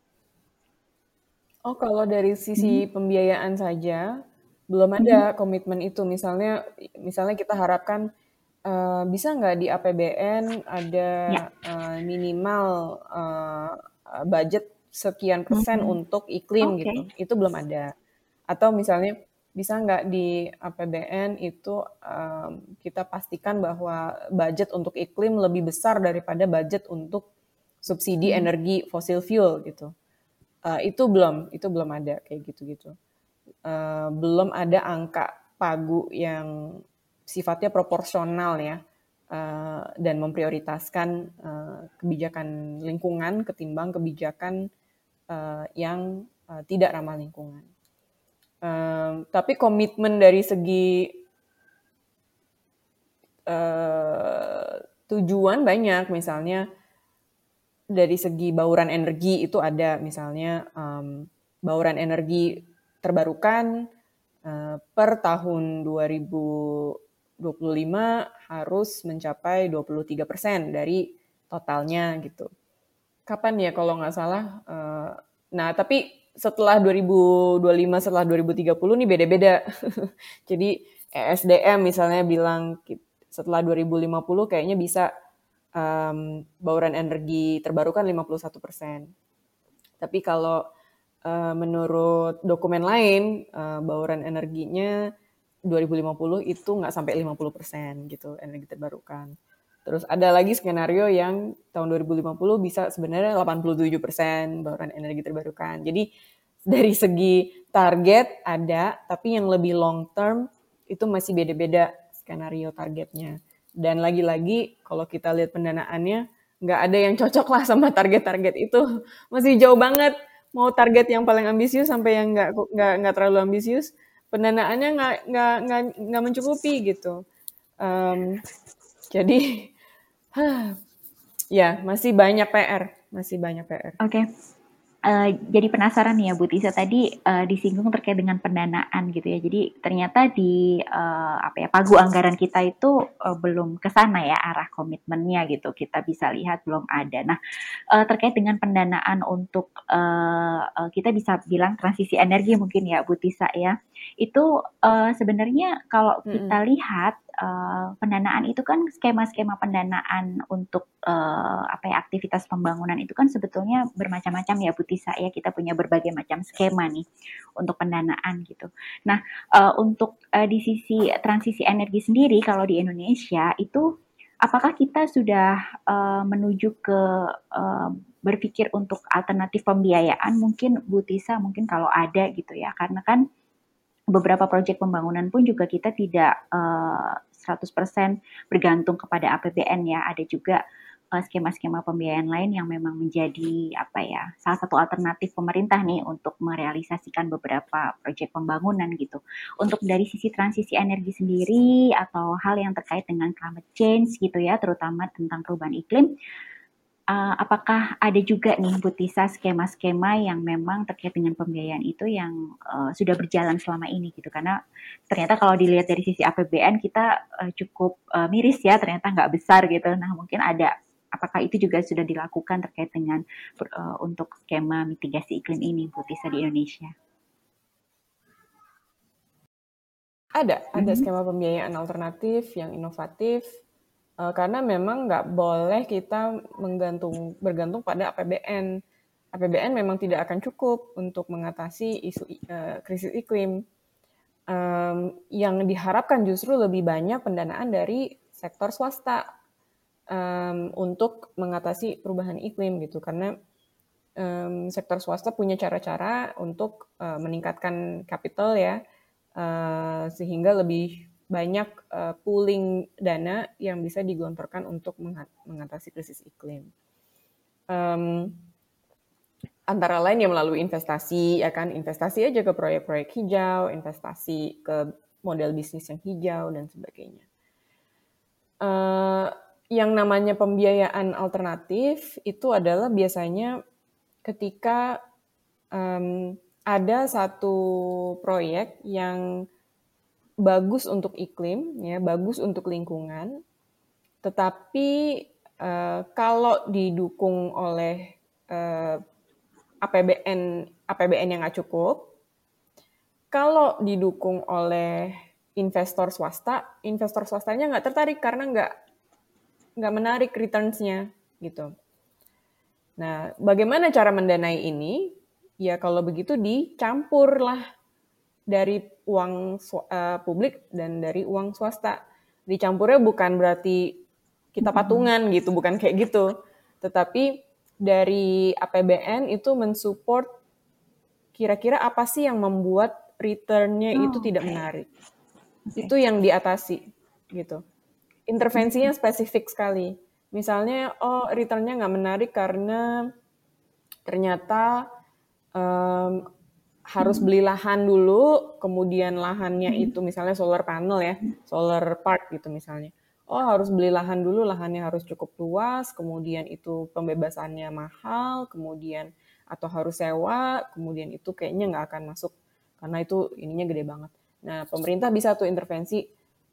Oh, kalau dari sisi pembiayaan saja belum ada komitmen itu. Misalnya kita harapkan bisa nggak di APBN ada Ya. minimal budget sekian persen untuk iklim Oke. gitu. Itu belum ada. Atau misalnya bisa nggak di APBN itu kita pastikan bahwa budget untuk iklim lebih besar daripada budget untuk subsidi energi fossil fuel gitu. Itu belum ada kayak gitu-gitu. Belum ada angka pagu yang sifatnya proporsional ya, dan memprioritaskan kebijakan lingkungan ketimbang kebijakan yang tidak ramah lingkungan. Tapi komitmen dari segi tujuan banyak, misalnya dari segi bauran energi itu ada, misalnya bauran energi terbarukan per tahun 2025 harus mencapai 23% dari totalnya gitu. Kapan ya kalau nggak salah? Nah, tapi setelah 2025, setelah 2030 nih beda-beda. Jadi ESDM misalnya bilang setelah 2050 kayaknya bisa bauran energi terbarukan 51%. Tapi kalau menurut dokumen lain, bauran energinya 2050 itu nggak sampai 50% gitu, energi terbarukan. Terus ada lagi skenario yang tahun 2050 bisa sebenarnya 87% bauran energi terbarukan. Jadi dari segi target ada, tapi yang lebih long term itu masih beda-beda skenario targetnya. Dan lagi-lagi kalau kita lihat pendanaannya, nggak ada yang cocok lah sama target-target itu. Masih jauh banget. Mau target yang paling ambisius sampai yang nggak terlalu ambisius, pendanaannya nggak mencukupi gitu. Jadi ya masih banyak PR. Oke. Jadi penasaran nih ya Bu Tisa, tadi disinggung terkait dengan pendanaan gitu ya. Jadi ternyata di pagu anggaran kita itu belum ke sana ya arah komitmennya gitu. Kita bisa lihat belum ada. Nah, terkait dengan pendanaan untuk kita bisa bilang transisi energi mungkin ya Bu Tisa ya. Itu sebenarnya kalau kita lihat pendanaan itu kan skema-skema pendanaan untuk aktivitas pembangunan itu kan sebetulnya bermacam-macam ya Bu Tisa ya. Kita punya berbagai macam skema nih untuk pendanaan gitu. Nah, untuk di sisi transisi energi sendiri kalau di Indonesia itu apakah kita sudah menuju ke berpikir untuk alternatif pembiayaan mungkin Bu Tisa, mungkin kalau ada gitu ya, karena kan beberapa proyek pembangunan pun juga kita tidak 100% bergantung kepada APBN ya. Ada juga skema-skema pembiayaan lain yang memang menjadi salah satu alternatif pemerintah nih untuk merealisasikan beberapa proyek pembangunan gitu. Untuk dari sisi transisi energi sendiri atau hal yang terkait dengan climate change gitu ya, terutama tentang perubahan iklim, apakah ada juga nih Bu Tisa skema-skema yang memang terkait dengan pembiayaan itu yang sudah berjalan selama ini gitu, karena ternyata kalau dilihat dari sisi APBN kita cukup miris ya, ternyata nggak besar gitu. Nah mungkin ada, apakah itu juga sudah dilakukan terkait dengan untuk skema mitigasi iklim ini Bu Tisa di Indonesia? Ada skema pembiayaan alternatif yang inovatif, karena memang nggak boleh kita bergantung pada APBN. APBN memang tidak akan cukup untuk mengatasi isu krisis iklim. Yang diharapkan justru lebih banyak pendanaan dari sektor swasta untuk mengatasi perubahan iklim gitu, karena sektor swasta punya cara-cara untuk meningkatkan capital ya, sehingga lebih banyak pooling dana yang bisa digelontorkan untuk mengatasi krisis iklim. Antara lain ya melalui investasi, ya kan, investasi aja ke proyek-proyek hijau, investasi ke model bisnis yang hijau dan sebagainya. Yang namanya pembiayaan alternatif itu adalah biasanya ketika ada satu proyek yang bagus untuk iklim, ya, bagus untuk lingkungan, tetapi kalau didukung oleh APBN yang nggak cukup, kalau didukung oleh investor swastanya nggak tertarik karena nggak menarik returns-nya gitu. Nah, bagaimana cara mendanai ini? Ya kalau begitu dicampurlah dari uang publik dan dari uang swasta. Dicampurnya bukan berarti kita patungan gitu, bukan kayak gitu. Tetapi dari APBN itu mensupport kira-kira apa sih yang membuat return-nya itu tidak menarik. Itu yang diatasi gitu. Intervensinya spesifik sekali. Misalnya, return-nya nggak menarik karena ternyata harus beli lahan dulu, kemudian lahannya itu misalnya solar panel ya, solar park gitu misalnya. Harus beli lahan dulu, lahannya harus cukup luas, kemudian itu pembebasannya mahal, kemudian atau harus sewa, kemudian itu kayaknya nggak akan masuk karena itu ininya gede banget. Nah, pemerintah bisa tuh intervensi,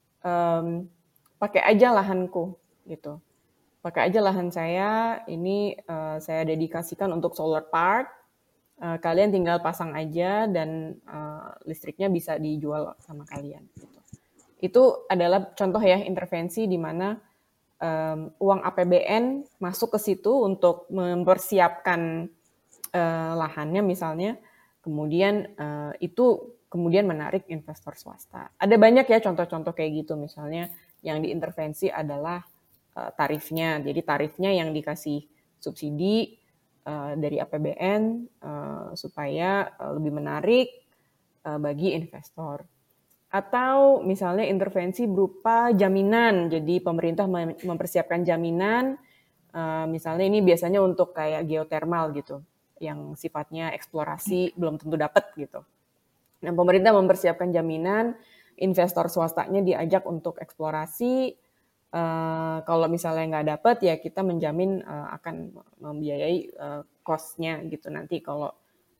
pakai aja lahanku gitu. Pakai aja lahan saya, ini saya dedikasikan untuk solar park, kalian tinggal pasang aja dan listriknya bisa dijual sama kalian. Gitu. Itu adalah contoh ya intervensi di mana uang APBN masuk ke situ untuk mempersiapkan lahannya misalnya, kemudian itu kemudian menarik investor swasta. Ada banyak ya contoh-contoh kayak gitu, misalnya yang diintervensi adalah tarifnya. Jadi tarifnya yang dikasih subsidi dari APBN supaya lebih menarik bagi investor. Atau misalnya intervensi berupa jaminan. Jadi pemerintah mempersiapkan jaminan, misalnya ini biasanya untuk kayak geothermal gitu, yang sifatnya eksplorasi belum tentu dapat gitu. Nah, pemerintah mempersiapkan jaminan, investor swastanya diajak untuk eksplorasi. Kalau misalnya nggak dapat, ya kita menjamin akan membiayai cost-nya gitu nanti kalau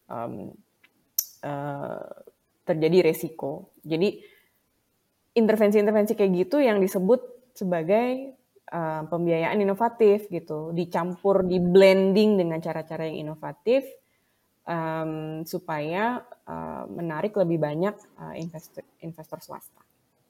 terjadi resiko. Jadi intervensi-intervensi kayak gitu yang disebut sebagai pembiayaan inovatif gitu, dicampur, di blending dengan cara-cara yang inovatif supaya menarik lebih banyak investor swasta.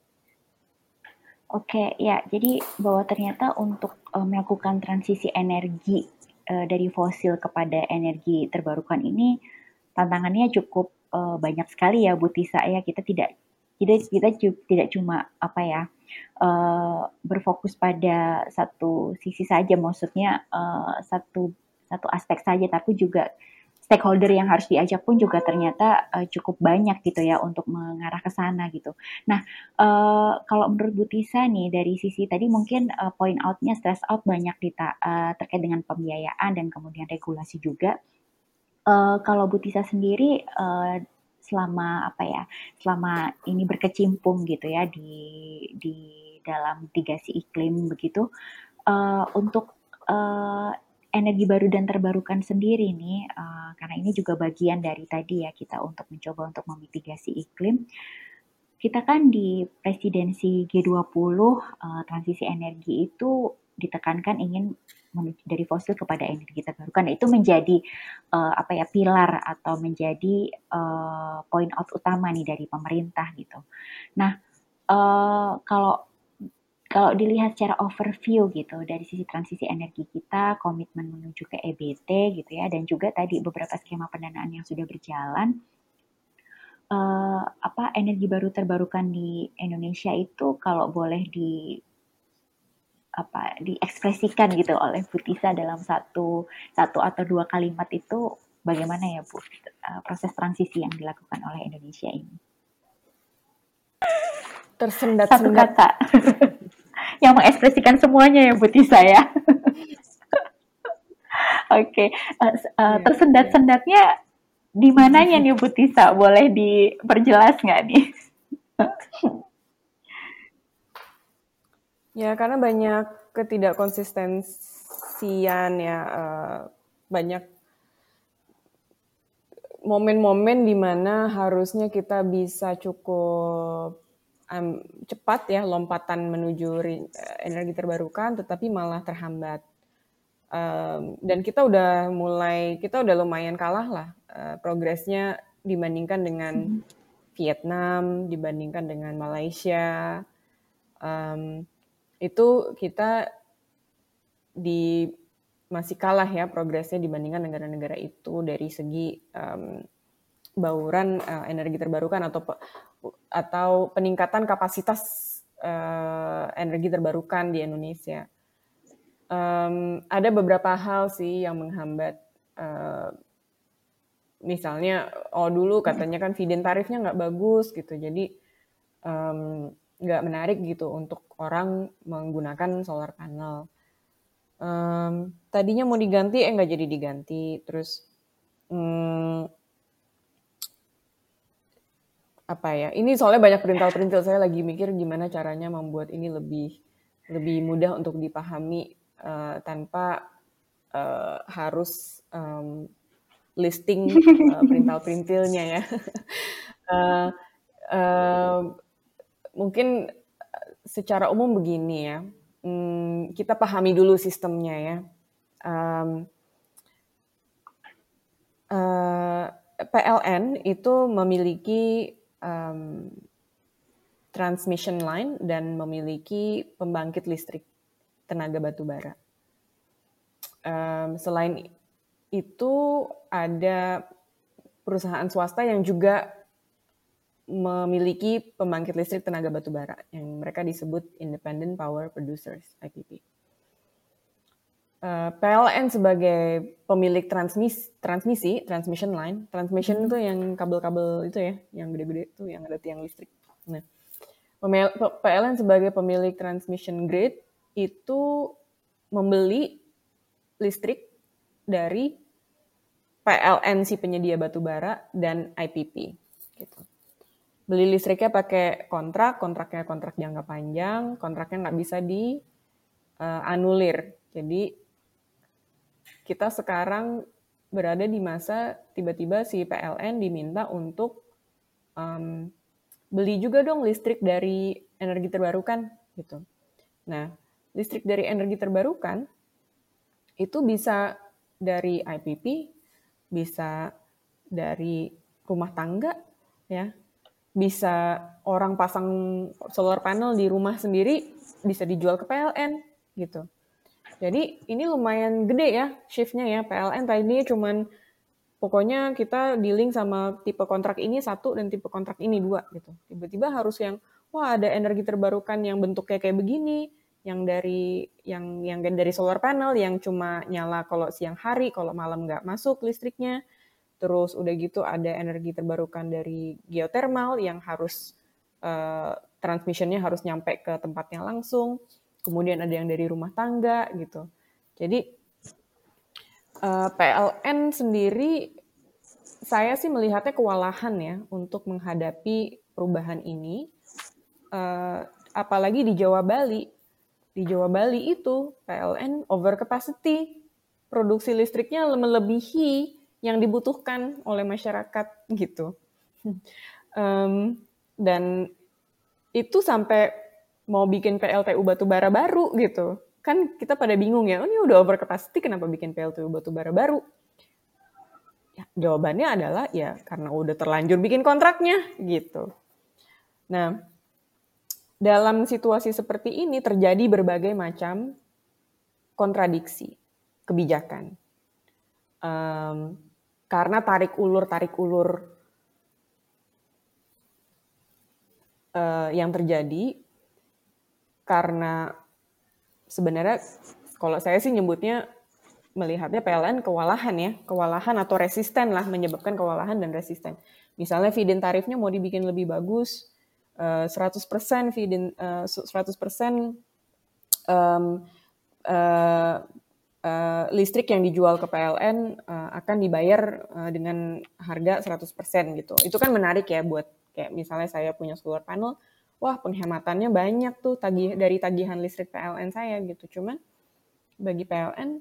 Oke, ya. Jadi bahwa ternyata untuk melakukan transisi energi dari fosil kepada energi terbarukan ini tantangannya cukup banyak sekali ya, Bu Tisa ya. Kita tidak cuma berfokus pada satu sisi saja, maksudnya satu aspek saja, tapi juga stakeholder yang harus diajak pun juga ternyata cukup banyak gitu ya untuk mengarah ke sana gitu. Nah, kalau menurut Bu Tisa nih dari sisi tadi mungkin point out-nya stress out banyak terkait dengan pembiayaan dan kemudian regulasi juga. Kalau Bu Tisa sendiri selama ini berkecimpung gitu ya di dalam mitigasi iklim begitu, untuk energi baru dan terbarukan sendiri nih, karena ini juga bagian dari tadi ya kita untuk mencoba untuk memitigasi iklim. Kita kan di presidensi G20 transisi energi itu ditekankan ingin dari fosil kepada energi terbarukan. Nah, itu menjadi pilar atau menjadi point out utama nih dari pemerintah gitu. Nah, kalau dilihat secara overview gitu dari sisi transisi energi kita, komitmen menuju ke EBT gitu ya, dan juga tadi beberapa skema pendanaan yang sudah berjalan, energi baru terbarukan di Indonesia itu kalau boleh diekspresikan gitu oleh Bu Tisa dalam satu atau dua kalimat itu bagaimana ya Bu proses transisi yang dilakukan oleh Indonesia ini? Tersendat-sendat. Satu kata yang mengekspresikan semuanya ya Bu Tisa ya. Oke, tersendat-sendatnya di mananya nih Bu Tisa? Boleh diperjelas nggak nih? Ya, karena banyak ketidakkonsistensian ya, banyak momen-momen di mana harusnya kita bisa cukup cepat ya lompatan menuju energi terbarukan, tetapi malah terhambat. Dan kita udah lumayan kalah lah progresnya dibandingkan dengan Vietnam, dibandingkan dengan Malaysia. Itu kita masih kalah ya progresnya dibandingkan negara-negara itu dari segi bauran energi terbarukan atau peningkatan kapasitas energi terbarukan di Indonesia. Ada beberapa hal sih yang menghambat. Misalnya, dulu katanya kan feed-in tarifnya nggak bagus gitu, jadi nggak menarik gitu untuk orang menggunakan solar panel. Tadinya mau diganti, nggak jadi diganti. Terus apa ya? Ini soalnya banyak perintil-perintil. Saya lagi mikir gimana caranya membuat ini lebih mudah untuk dipahami tanpa harus listing perintil-perintilnya ya. Mungkin secara umum begini ya. Kita pahami dulu sistemnya ya. PLN itu memiliki transmission line dan memiliki pembangkit listrik tenaga batu bara. Selain itu ada perusahaan swasta yang juga memiliki pembangkit listrik tenaga batu bara yang mereka disebut Independent Power Producers (IPP). PLN sebagai pemilik transmission line, transmission itu yang kabel-kabel itu ya, yang gede-gede itu yang ada tiang listrik. Nah, PLN sebagai pemilik transmission grid itu membeli listrik dari PLN si penyedia batu bara dan IPP. Gitu. Beli listriknya pakai kontraknya kontrak jangka panjang, kontraknya nggak bisa dianulir. Jadi kita sekarang berada di masa tiba-tiba si PLN diminta untuk beli juga dong listrik dari energi terbarukan gitu. Nah, listrik dari energi terbarukan itu bisa dari IPP, bisa dari rumah tangga, ya, bisa orang pasang solar panel di rumah sendiri bisa dijual ke PLN gitu. Jadi ini lumayan gede ya shift-nya ya. PLN tadinya cuman pokoknya kita dealing sama tipe kontrak ini 1 dan tipe kontrak ini 2 gitu. Tiba-tiba harus yang ada energi terbarukan yang bentuknya kayak begini, yang dari solar panel yang cuma nyala kalau siang hari, kalau malam nggak masuk listriknya. Terus udah gitu ada energi terbarukan dari geothermal yang harus transmissionnya harus nyampe ke tempatnya langsung. Kemudian ada yang dari rumah tangga gitu. Jadi PLN sendiri saya sih melihatnya kewalahan ya untuk menghadapi perubahan ini. Apalagi di Jawa Bali. Di Jawa Bali itu PLN over capacity. Produksi listriknya melebihi yang dibutuhkan oleh masyarakat gitu. Dan itu sampai mau bikin PLTU batubara baru gitu. Kan kita pada bingung ya, ini udah over capacity kenapa bikin PLTU batubara baru? Ya, jawabannya adalah ya karena udah terlanjur bikin kontraknya gitu. Nah, dalam situasi seperti ini terjadi berbagai macam kontradiksi kebijakan. Karena tarik ulur yang terjadi karena sebenarnya kalau saya sih nyebutnya melihatnya PLN kewalahan atau resisten lah, menyebabkan kewalahan dan resisten. Misalnya feed-in tarifnya mau dibikin lebih bagus, 100% feed-in 100% listrik yang dijual ke PLN akan dibayar dengan harga 100% gitu. Itu kan menarik ya buat kayak misalnya saya punya solar panel, wah penghematannya banyak tuh dari tagihan listrik PLN saya gitu. Cuman bagi PLN,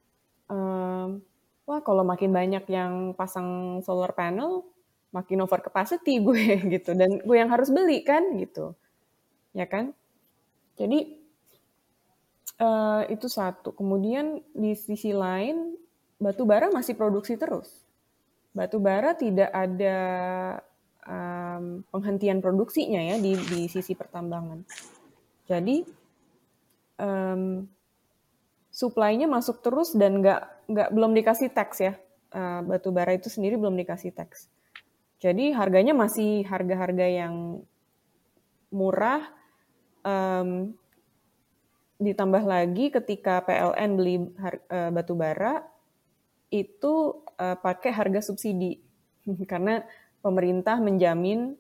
wah kalau makin banyak yang pasang solar panel, makin over capacity gue gitu. Dan gue yang harus beli kan gitu. Ya kan? Jadi itu satu. Kemudian di sisi lain, batu bara masih produksi terus. Batu bara tidak ada penghentian produksinya ya di sisi pertambangan. Jadi supply-nya masuk terus dan belum dikasih tax ya. Batu bara itu sendiri belum dikasih tax. Jadi harganya masih harga-harga yang murah. ditambah lagi ketika PLN beli batu bara itu pakai harga subsidi karena pemerintah menjamin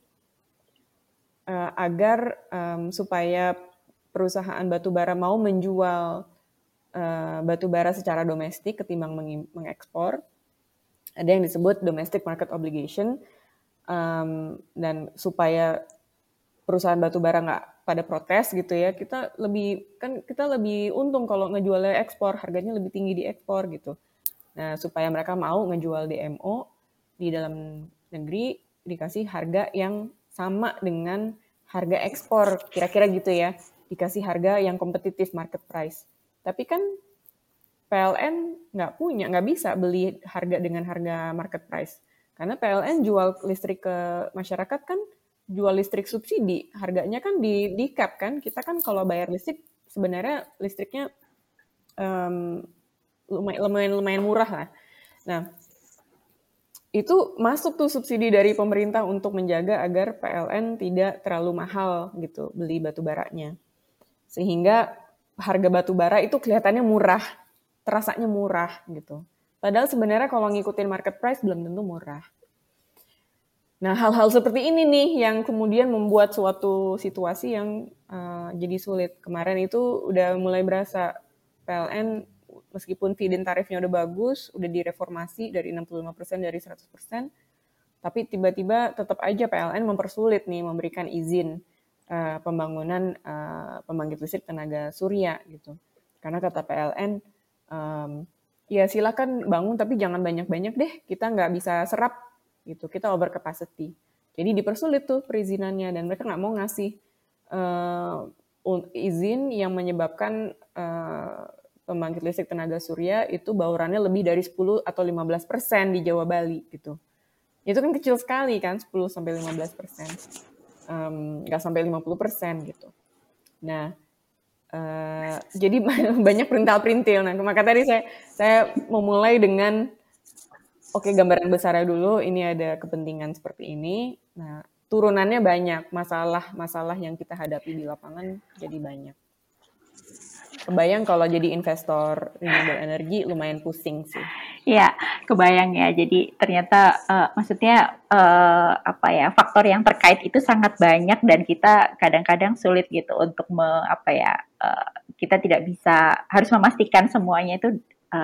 agar supaya perusahaan batu bara mau menjual batu bara secara domestik ketimbang mengekspor. Ada yang disebut domestic market obligation, dan supaya perusahaan batu bara nggak pada protes gitu ya, kita lebih untung kalau ngejualnya ekspor, harganya lebih tinggi di ekspor gitu. Nah, supaya mereka mau ngejual DMO di dalam negeri dikasih harga yang sama dengan harga ekspor, kira-kira gitu ya, dikasih harga yang kompetitif market price. Tapi kan PLN nggak bisa beli harga dengan harga market price. Karena PLN jual listrik ke masyarakat kan jual listrik subsidi, harganya kan di cap kan. Kita kan kalau bayar listrik sebenarnya listriknya lumayan murah lah. Nah, itu masuk tuh subsidi dari pemerintah untuk menjaga agar PLN tidak terlalu mahal gitu beli batu baranya. Sehingga harga batu bara itu kelihatannya murah, terasanya murah gitu. Padahal sebenarnya kalau ngikutin market price belum tentu murah. Nah, hal-hal seperti ini nih yang kemudian membuat suatu situasi yang jadi sulit. Kemarin itu udah mulai berasa PLN meskipun feed-in tarifnya udah bagus, udah direformasi dari 65% dari 100%, tapi tiba-tiba tetap aja PLN mempersulit nih memberikan izin pembangunan pembangkit listrik tenaga surya gitu. Karena kata PLN, ya silakan bangun tapi jangan banyak-banyak deh, kita nggak bisa serap gitu, kita over capacity. Jadi dipersulit tuh perizinannya dan mereka nggak mau ngasih izin yang menyebabkan pembangkit listrik tenaga surya itu baurannya lebih dari 10 atau 15% di Jawa Bali gitu. Itu kan kecil sekali kan, 10-15%. Nggak sampai 50% gitu. Nah, jadi banyak perintil-perintil. Nah, maka tadi saya memulai dengan gambaran besarnya dulu, ini ada kepentingan seperti ini. Nah, turunannya banyak, masalah yang kita hadapi di lapangan jadi banyak. Kebayang kalau jadi investor renewable energy lumayan pusing sih. Iya, kebayang ya. Jadi ternyata maksudnya faktor yang terkait itu sangat banyak dan kita kadang-kadang sulit gitu untuk kita tidak bisa harus memastikan semuanya itu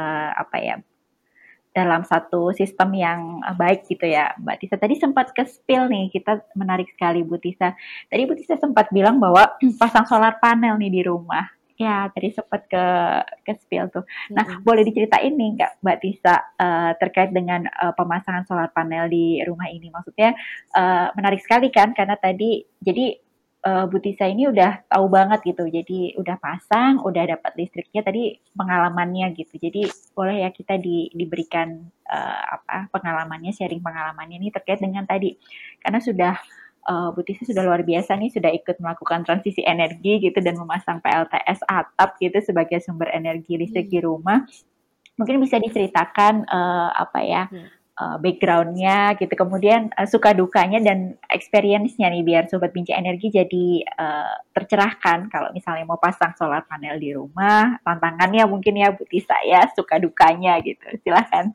dalam satu sistem yang baik gitu ya, Mbak Tisa. Tadi sempat ke spill nih, kita menarik sekali Bu Tisa. Tadi Bu Tisa sempat bilang bahwa pasang solar panel nih di rumah. Ya, tadi sempat ke spill tuh. Nah, boleh diceritain nih nggak Mbak Tisa terkait dengan pemasangan solar panel di rumah ini? Maksudnya menarik sekali kan, karena tadi jadi Bu Tisa ini udah tahu banget gitu, jadi udah pasang, udah dapat listriknya tadi pengalamannya gitu. Jadi boleh ya kita diberikan pengalamannya, sharing pengalamannya ini terkait dengan tadi, karena sudah Bu Tisa sudah luar biasa nih, sudah ikut melakukan transisi energi gitu dan memasang PLTS atap gitu sebagai sumber energi listrik di rumah. Mungkin bisa diceritakan background-nya gitu, kemudian suka dukanya dan experience-nya nih biar Sobat Binca Energi jadi tercerahkan kalau misalnya mau pasang solar panel di rumah, tantangannya mungkin ya Bu Tisa ya, suka dukanya gitu, silahkan.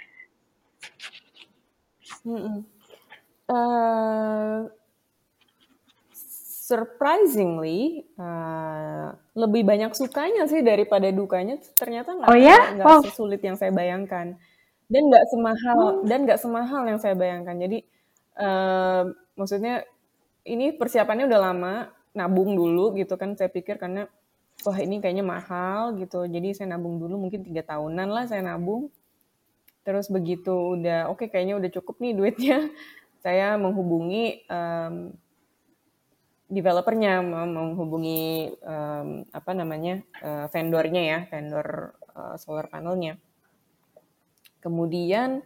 Surprisingly, lebih banyak sukanya sih daripada dukanya. Ternyata nggak sesulit yang saya bayangkan dan nggak semahal yang saya bayangkan. Jadi maksudnya ini persiapannya udah lama, nabung dulu gitu kan. Saya pikir karena wah ini kayaknya mahal gitu, jadi saya nabung dulu mungkin 3 tahunan lah saya nabung. Terus begitu udah kayaknya udah cukup nih duitnya, saya menghubungi developernya, menghubungi vendornya ya, vendor solar panelnya. Kemudian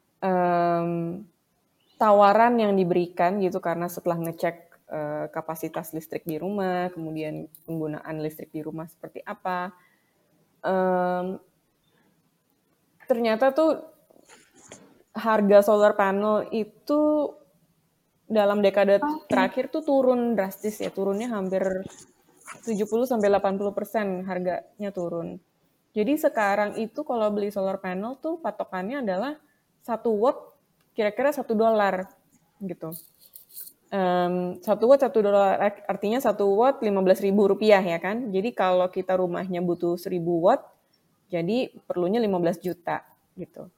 tawaran yang diberikan gitu karena setelah ngecek kapasitas listrik di rumah, kemudian penggunaan listrik di rumah seperti apa, ternyata tuh harga solar panel itu dalam dekade terakhir tuh turun drastis ya, turunnya hampir 70-80% harganya turun. Jadi sekarang itu kalau beli solar panel tuh patokannya adalah 1 watt kira-kira $1 gitu. 1 watt $1 artinya 1 watt Rp15.000 ya kan. Jadi kalau kita rumahnya butuh 1.000 watt, jadi perlunya 15 juta gitu.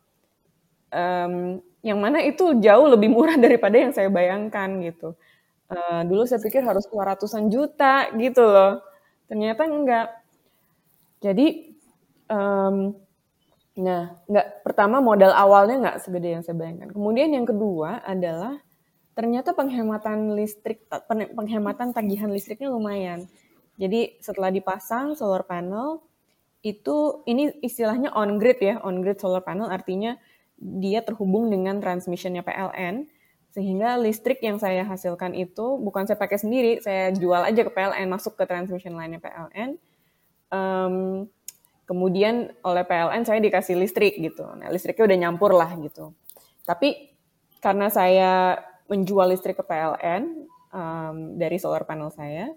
Yang mana itu jauh lebih murah daripada yang saya bayangkan gitu. Dulu saya pikir harus keluar ratusan juta gitu loh. Ternyata enggak. Jadi, pertama modal awalnya nggak segede yang saya bayangkan. Kemudian yang kedua adalah ternyata penghematan tagihan listriknya lumayan. Jadi setelah dipasang solar panel, ini istilahnya on grid ya, on grid solar panel artinya dia terhubung dengan transmissionnya PLN, sehingga listrik yang saya hasilkan itu bukan saya pakai sendiri, saya jual aja ke PLN, masuk ke transmission line-nya PLN. Kemudian oleh PLN saya dikasih listrik gitu. Nah, listriknya udah nyampur lah gitu. Tapi karena saya menjual listrik ke PLN dari solar panel saya,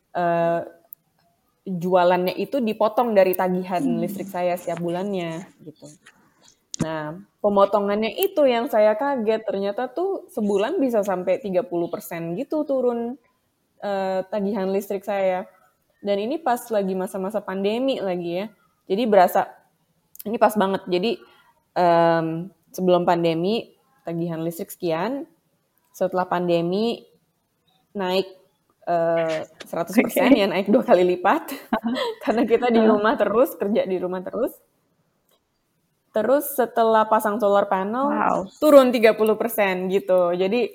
jualannya itu dipotong dari tagihan listrik saya setiap bulannya gitu. Nah, pemotongannya itu yang saya kaget. Ternyata tuh sebulan bisa sampai 30% gitu turun tagihan listrik saya. Dan ini pas lagi masa-masa pandemi lagi ya. Jadi berasa, ini pas banget. Jadi sebelum pandemi tagihan listrik sekian. Setelah pandemi naik 100% ya, naik 2 kali lipat. Karena kita di rumah terus, kerja di rumah terus. Terus setelah pasang solar panel, turun 30% gitu. Jadi,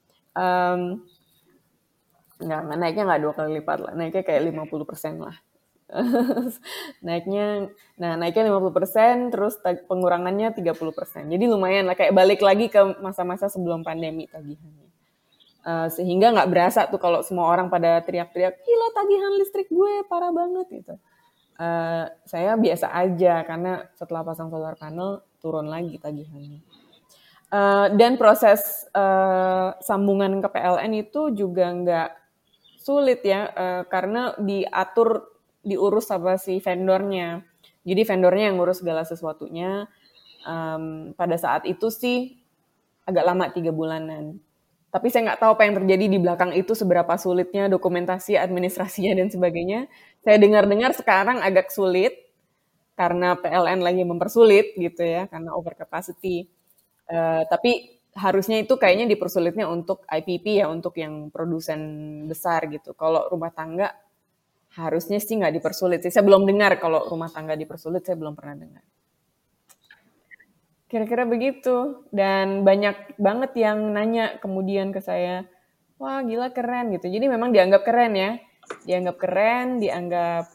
naiknya nggak 2 kali lipat lah, naiknya kayak 50% lah. naiknya 50%, terus pengurangannya 30%. Jadi lumayan lah, kayak balik lagi ke masa-masa sebelum pandemi tagihannya. Sehingga nggak berasa tuh kalau semua orang pada teriak-teriak, gila tagihan listrik gue parah banget gitu. Saya biasa aja karena setelah pasang solar panel turun lagi tagihannya. Dan proses sambungan ke PLN itu juga nggak sulit ya, karena diurus sama si vendornya. Jadi vendornya yang ngurus segala sesuatunya. Pada saat itu sih agak lama 3 bulanan. Tapi saya nggak tahu apa yang terjadi di belakang itu, seberapa sulitnya dokumentasi, administrasinya, dan sebagainya. Saya dengar-dengar sekarang agak sulit, karena PLN lagi mempersulit gitu ya, karena over capacity. Tapi harusnya itu kayaknya dipersulitnya untuk IPP ya, untuk yang produsen besar gitu. Kalau rumah tangga, harusnya sih nggak dipersulit sih. Saya belum dengar kalau rumah tangga dipersulit, saya belum pernah dengar. Kira-kira begitu. Dan banyak banget yang nanya kemudian ke saya, wah gila keren gitu. Jadi memang dianggap keren ya. Dianggap keren, dianggap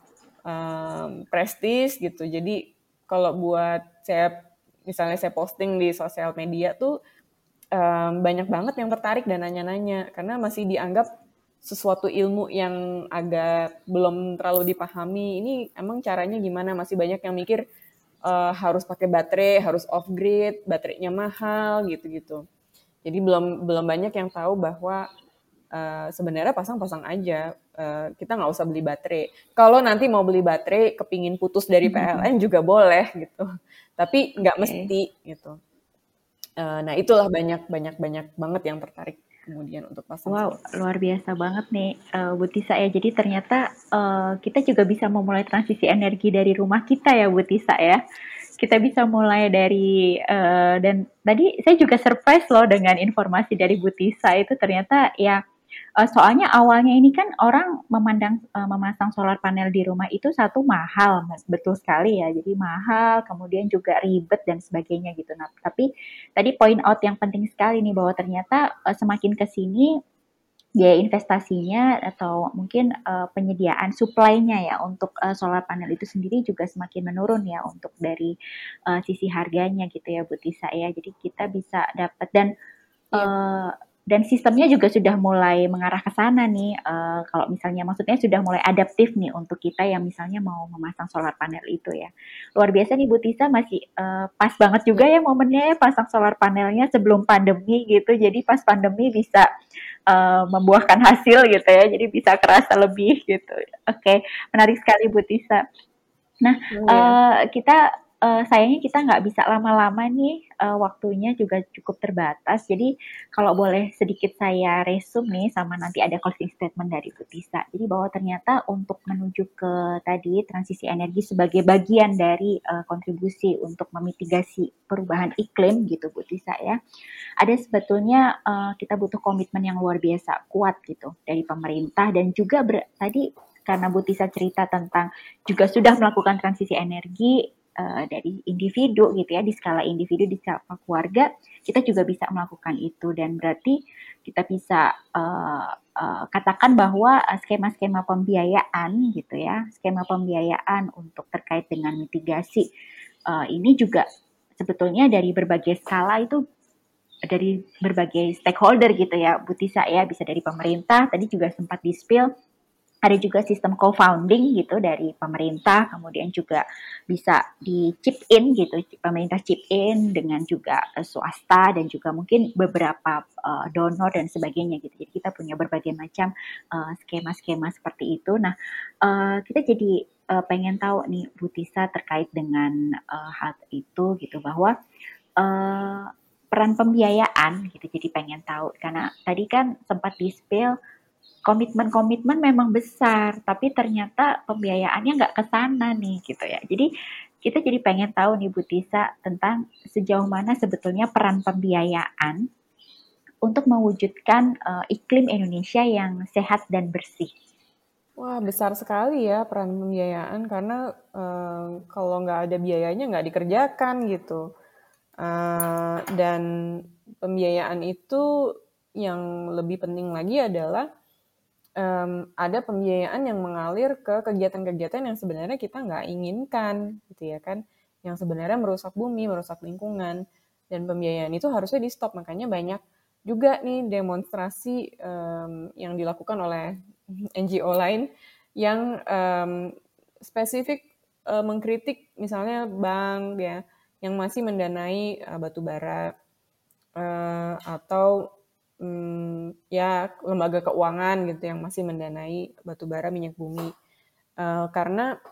prestis gitu. Jadi kalau buat misalnya saya posting di sosial media tuh, banyak banget yang tertarik dan nanya-nanya. Karena masih dianggap sesuatu ilmu yang agak belum terlalu dipahami. Ini emang caranya gimana? Masih banyak yang mikir, harus pakai baterai, harus off grid, baterainya mahal gitu-gitu. Jadi belum banyak yang tahu bahwa sebenarnya pasang-pasang aja, kita nggak usah beli baterai. Kalau nanti mau beli baterai, kepingin putus dari PLN juga boleh gitu. Tapi nggak mesti gitu. Nah itulah banyak banget yang tertarik kemudian untuk pasang. Wow, luar biasa banget nih Bu Tisa ya. Jadi ternyata kita juga bisa memulai transisi energi dari rumah kita ya Bu Tisa ya. Kita bisa mulai dari dan tadi saya juga surprise loh dengan informasi dari Bu Tisa itu, ternyata ya soalnya awalnya ini kan orang memandang memasang solar panel di rumah itu satu mahal, betul sekali ya. Jadi mahal, kemudian juga ribet dan sebagainya gitu. Nah, tapi tadi point out yang penting sekali nih, bahwa ternyata semakin ke sini biaya investasinya atau mungkin penyediaan supply-nya ya untuk solar panel itu sendiri juga semakin menurun ya, untuk dari sisi harganya gitu ya Bu Tisa ya. Jadi kita bisa dapat dan sistemnya juga sudah mulai mengarah ke sana nih. Kalau misalnya maksudnya sudah mulai adaptif nih untuk kita yang misalnya mau memasang solar panel itu ya. Luar biasa nih Bu Tisa, masih pas banget juga ya momennya ya pasang solar panelnya sebelum pandemi gitu. Jadi pas pandemi bisa membuahkan hasil gitu ya, jadi bisa kerasa lebih gitu. Oke, menarik sekali Bu Tisa. Nah, Iya. kita sayangnya kita nggak bisa lama-lama nih, waktunya juga cukup terbatas. Jadi kalau boleh sedikit saya resume nih sama nanti ada closing statement dari Bu Tisa. Jadi bahwa ternyata untuk menuju ke tadi transisi energi sebagai bagian dari, kontribusi untuk memitigasi perubahan iklim gitu Bu Tisa ya, ada sebetulnya kita butuh komitmen yang luar biasa kuat gitu dari pemerintah dan juga tadi karena Bu Tisa cerita tentang juga sudah melakukan transisi energi dari individu gitu ya, di skala individu, di skala keluarga, kita juga bisa melakukan itu dan berarti kita bisa katakan bahwa skema-skema pembiayaan gitu ya, skema pembiayaan untuk terkait dengan mitigasi ini juga sebetulnya dari berbagai skala itu dari berbagai stakeholder gitu ya, Bu Tisa ya, bisa dari pemerintah, tadi juga sempat di-spill, ada juga sistem co-founding gitu dari pemerintah, kemudian juga bisa di chip in gitu, pemerintah chip in dengan juga swasta dan juga mungkin beberapa donor dan sebagainya gitu. Jadi kita punya berbagai macam skema-skema seperti itu. Nah, kita jadi pengen tahu nih Bu Tisa terkait dengan hal itu gitu bahwa uh, peran pembiayaan gitu. Jadi pengen tahu karena tadi kan sempat di-spill komitmen-komitmen memang besar, tapi ternyata pembiayaannya nggak ke sana nih gitu ya. Jadi kita jadi pengen tahu nih Bu Tisa tentang sejauh mana sebetulnya peran pembiayaan untuk mewujudkan iklim Indonesia yang sehat dan bersih. Wah, besar sekali ya peran pembiayaan karena kalau nggak ada biayanya nggak dikerjakan gitu. Dan pembiayaan itu yang lebih penting lagi adalah ada pembiayaan yang mengalir ke kegiatan-kegiatan yang sebenarnya kita nggak inginkan, gitu ya kan, yang sebenarnya merusak bumi, merusak lingkungan, dan pembiayaan itu harusnya di stop. Makanya banyak juga nih demonstrasi yang dilakukan oleh NGO lain yang spesifik mengkritik misalnya bank ya yang masih mendanai batu bara atau ya lembaga keuangan gitu yang masih mendanai batu bara minyak bumi karena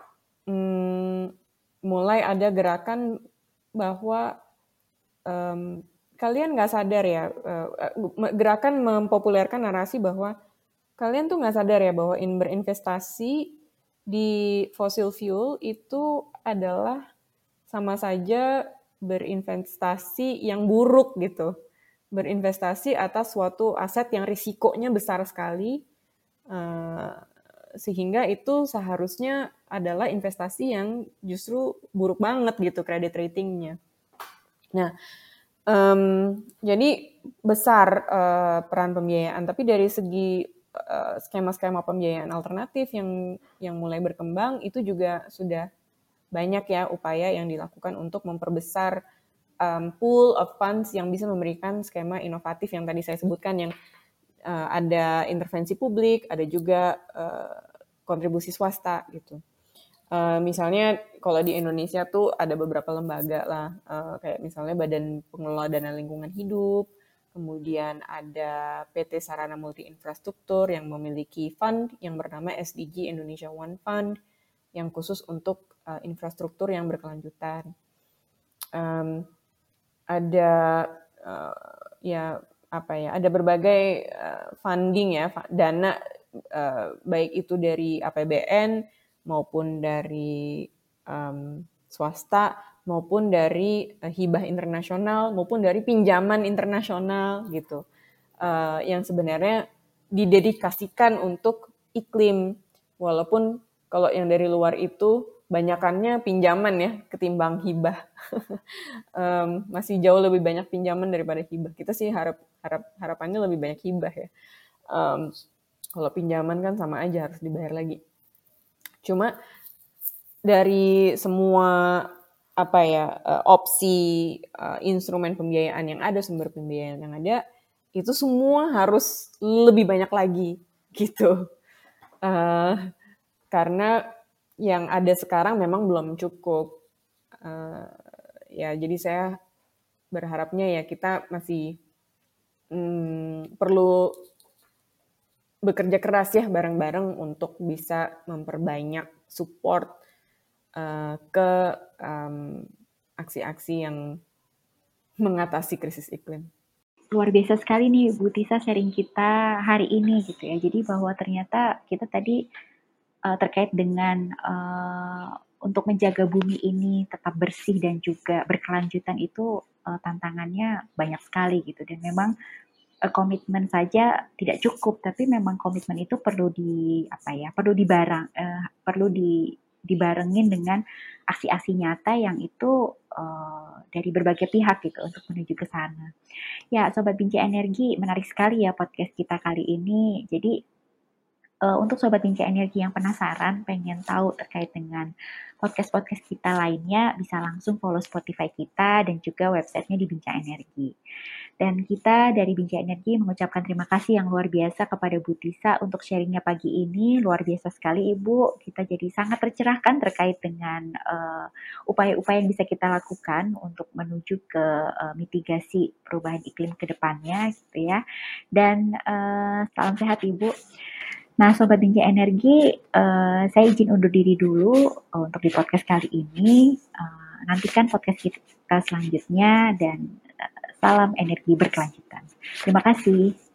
mulai ada gerakan bahwa kalian nggak sadar ya gerakan mempopulerkan narasi bahwa kalian tuh nggak sadar ya bahwa berinvestasi di fossil fuel itu adalah sama saja berinvestasi yang buruk gitu. Berinvestasi atas suatu aset yang risikonya besar sekali, sehingga itu seharusnya adalah investasi yang justru buruk banget gitu kredit ratingnya. Nah, jadi besar peran pembiayaan, tapi dari segi skema-skema pembiayaan alternatif yang mulai berkembang itu juga sudah banyak ya upaya yang dilakukan untuk memperbesar pool of funds yang bisa memberikan skema inovatif yang tadi saya sebutkan yang ada intervensi publik, ada juga kontribusi swasta gitu. Misalnya kalau di Indonesia tuh ada beberapa lembaga lah, kayak misalnya Badan Pengelola Dana Lingkungan Hidup, kemudian ada PT Sarana Multi Infrastruktur yang memiliki fund yang bernama SDG Indonesia One Fund, yang khusus untuk infrastruktur yang berkelanjutan. Ada ya apa ya? Ada berbagai funding ya, dana baik itu dari APBN maupun dari swasta maupun dari hibah internasional maupun dari pinjaman internasional gitu. Yang sebenarnya didedikasikan untuk iklim. Walaupun kalau yang dari luar itu banyakannya pinjaman ya ketimbang hibah. Masih jauh lebih banyak pinjaman daripada hibah. Kita sih harapannya lebih banyak hibah ya. Kalau pinjaman kan sama aja harus dibayar lagi. Cuma dari semua apa ya opsi instrumen pembiayaan yang ada, sumber pembiayaan yang ada, itu semua harus lebih banyak lagi gitu. Karena yang ada sekarang memang belum cukup. Ya jadi saya berharapnya ya kita masih perlu bekerja keras ya bareng-bareng untuk bisa memperbanyak support ke aksi-aksi yang mengatasi krisis iklim. Luar biasa sekali nih Bu Tisa sharing kita hari ini gitu ya. Jadi bahwa ternyata kita tadi terkait dengan untuk menjaga bumi ini tetap bersih dan juga berkelanjutan itu tantangannya banyak sekali gitu. Dan memang komitmen saja tidak cukup, tapi memang komitmen itu perlu dibarengin dengan aksi-aksi nyata yang itu dari berbagai pihak gitu untuk menuju ke sana. Ya, Sobat Binja Energi, menarik sekali ya podcast kita kali ini. Jadi, untuk Sobat Binja Energi yang penasaran, pengen tahu terkait dengan podcast-podcast kita lainnya, bisa langsung follow Spotify kita dan juga websitenya di Binja Energi. Dan kita dari Binja Energi mengucapkan terima kasih yang luar biasa kepada Bu Tisa untuk sharingnya pagi ini. Luar biasa sekali Ibu, kita jadi sangat tercerahkan terkait dengan upaya-upaya yang bisa kita lakukan untuk menuju ke mitigasi perubahan iklim ke depannya gitu ya. Dan salam sehat Ibu. Nah, Sobat Binja Energi, saya izin undur diri dulu untuk di podcast kali ini. Nantikan podcast kita selanjutnya dan salam energi berkelanjutan. Terima kasih.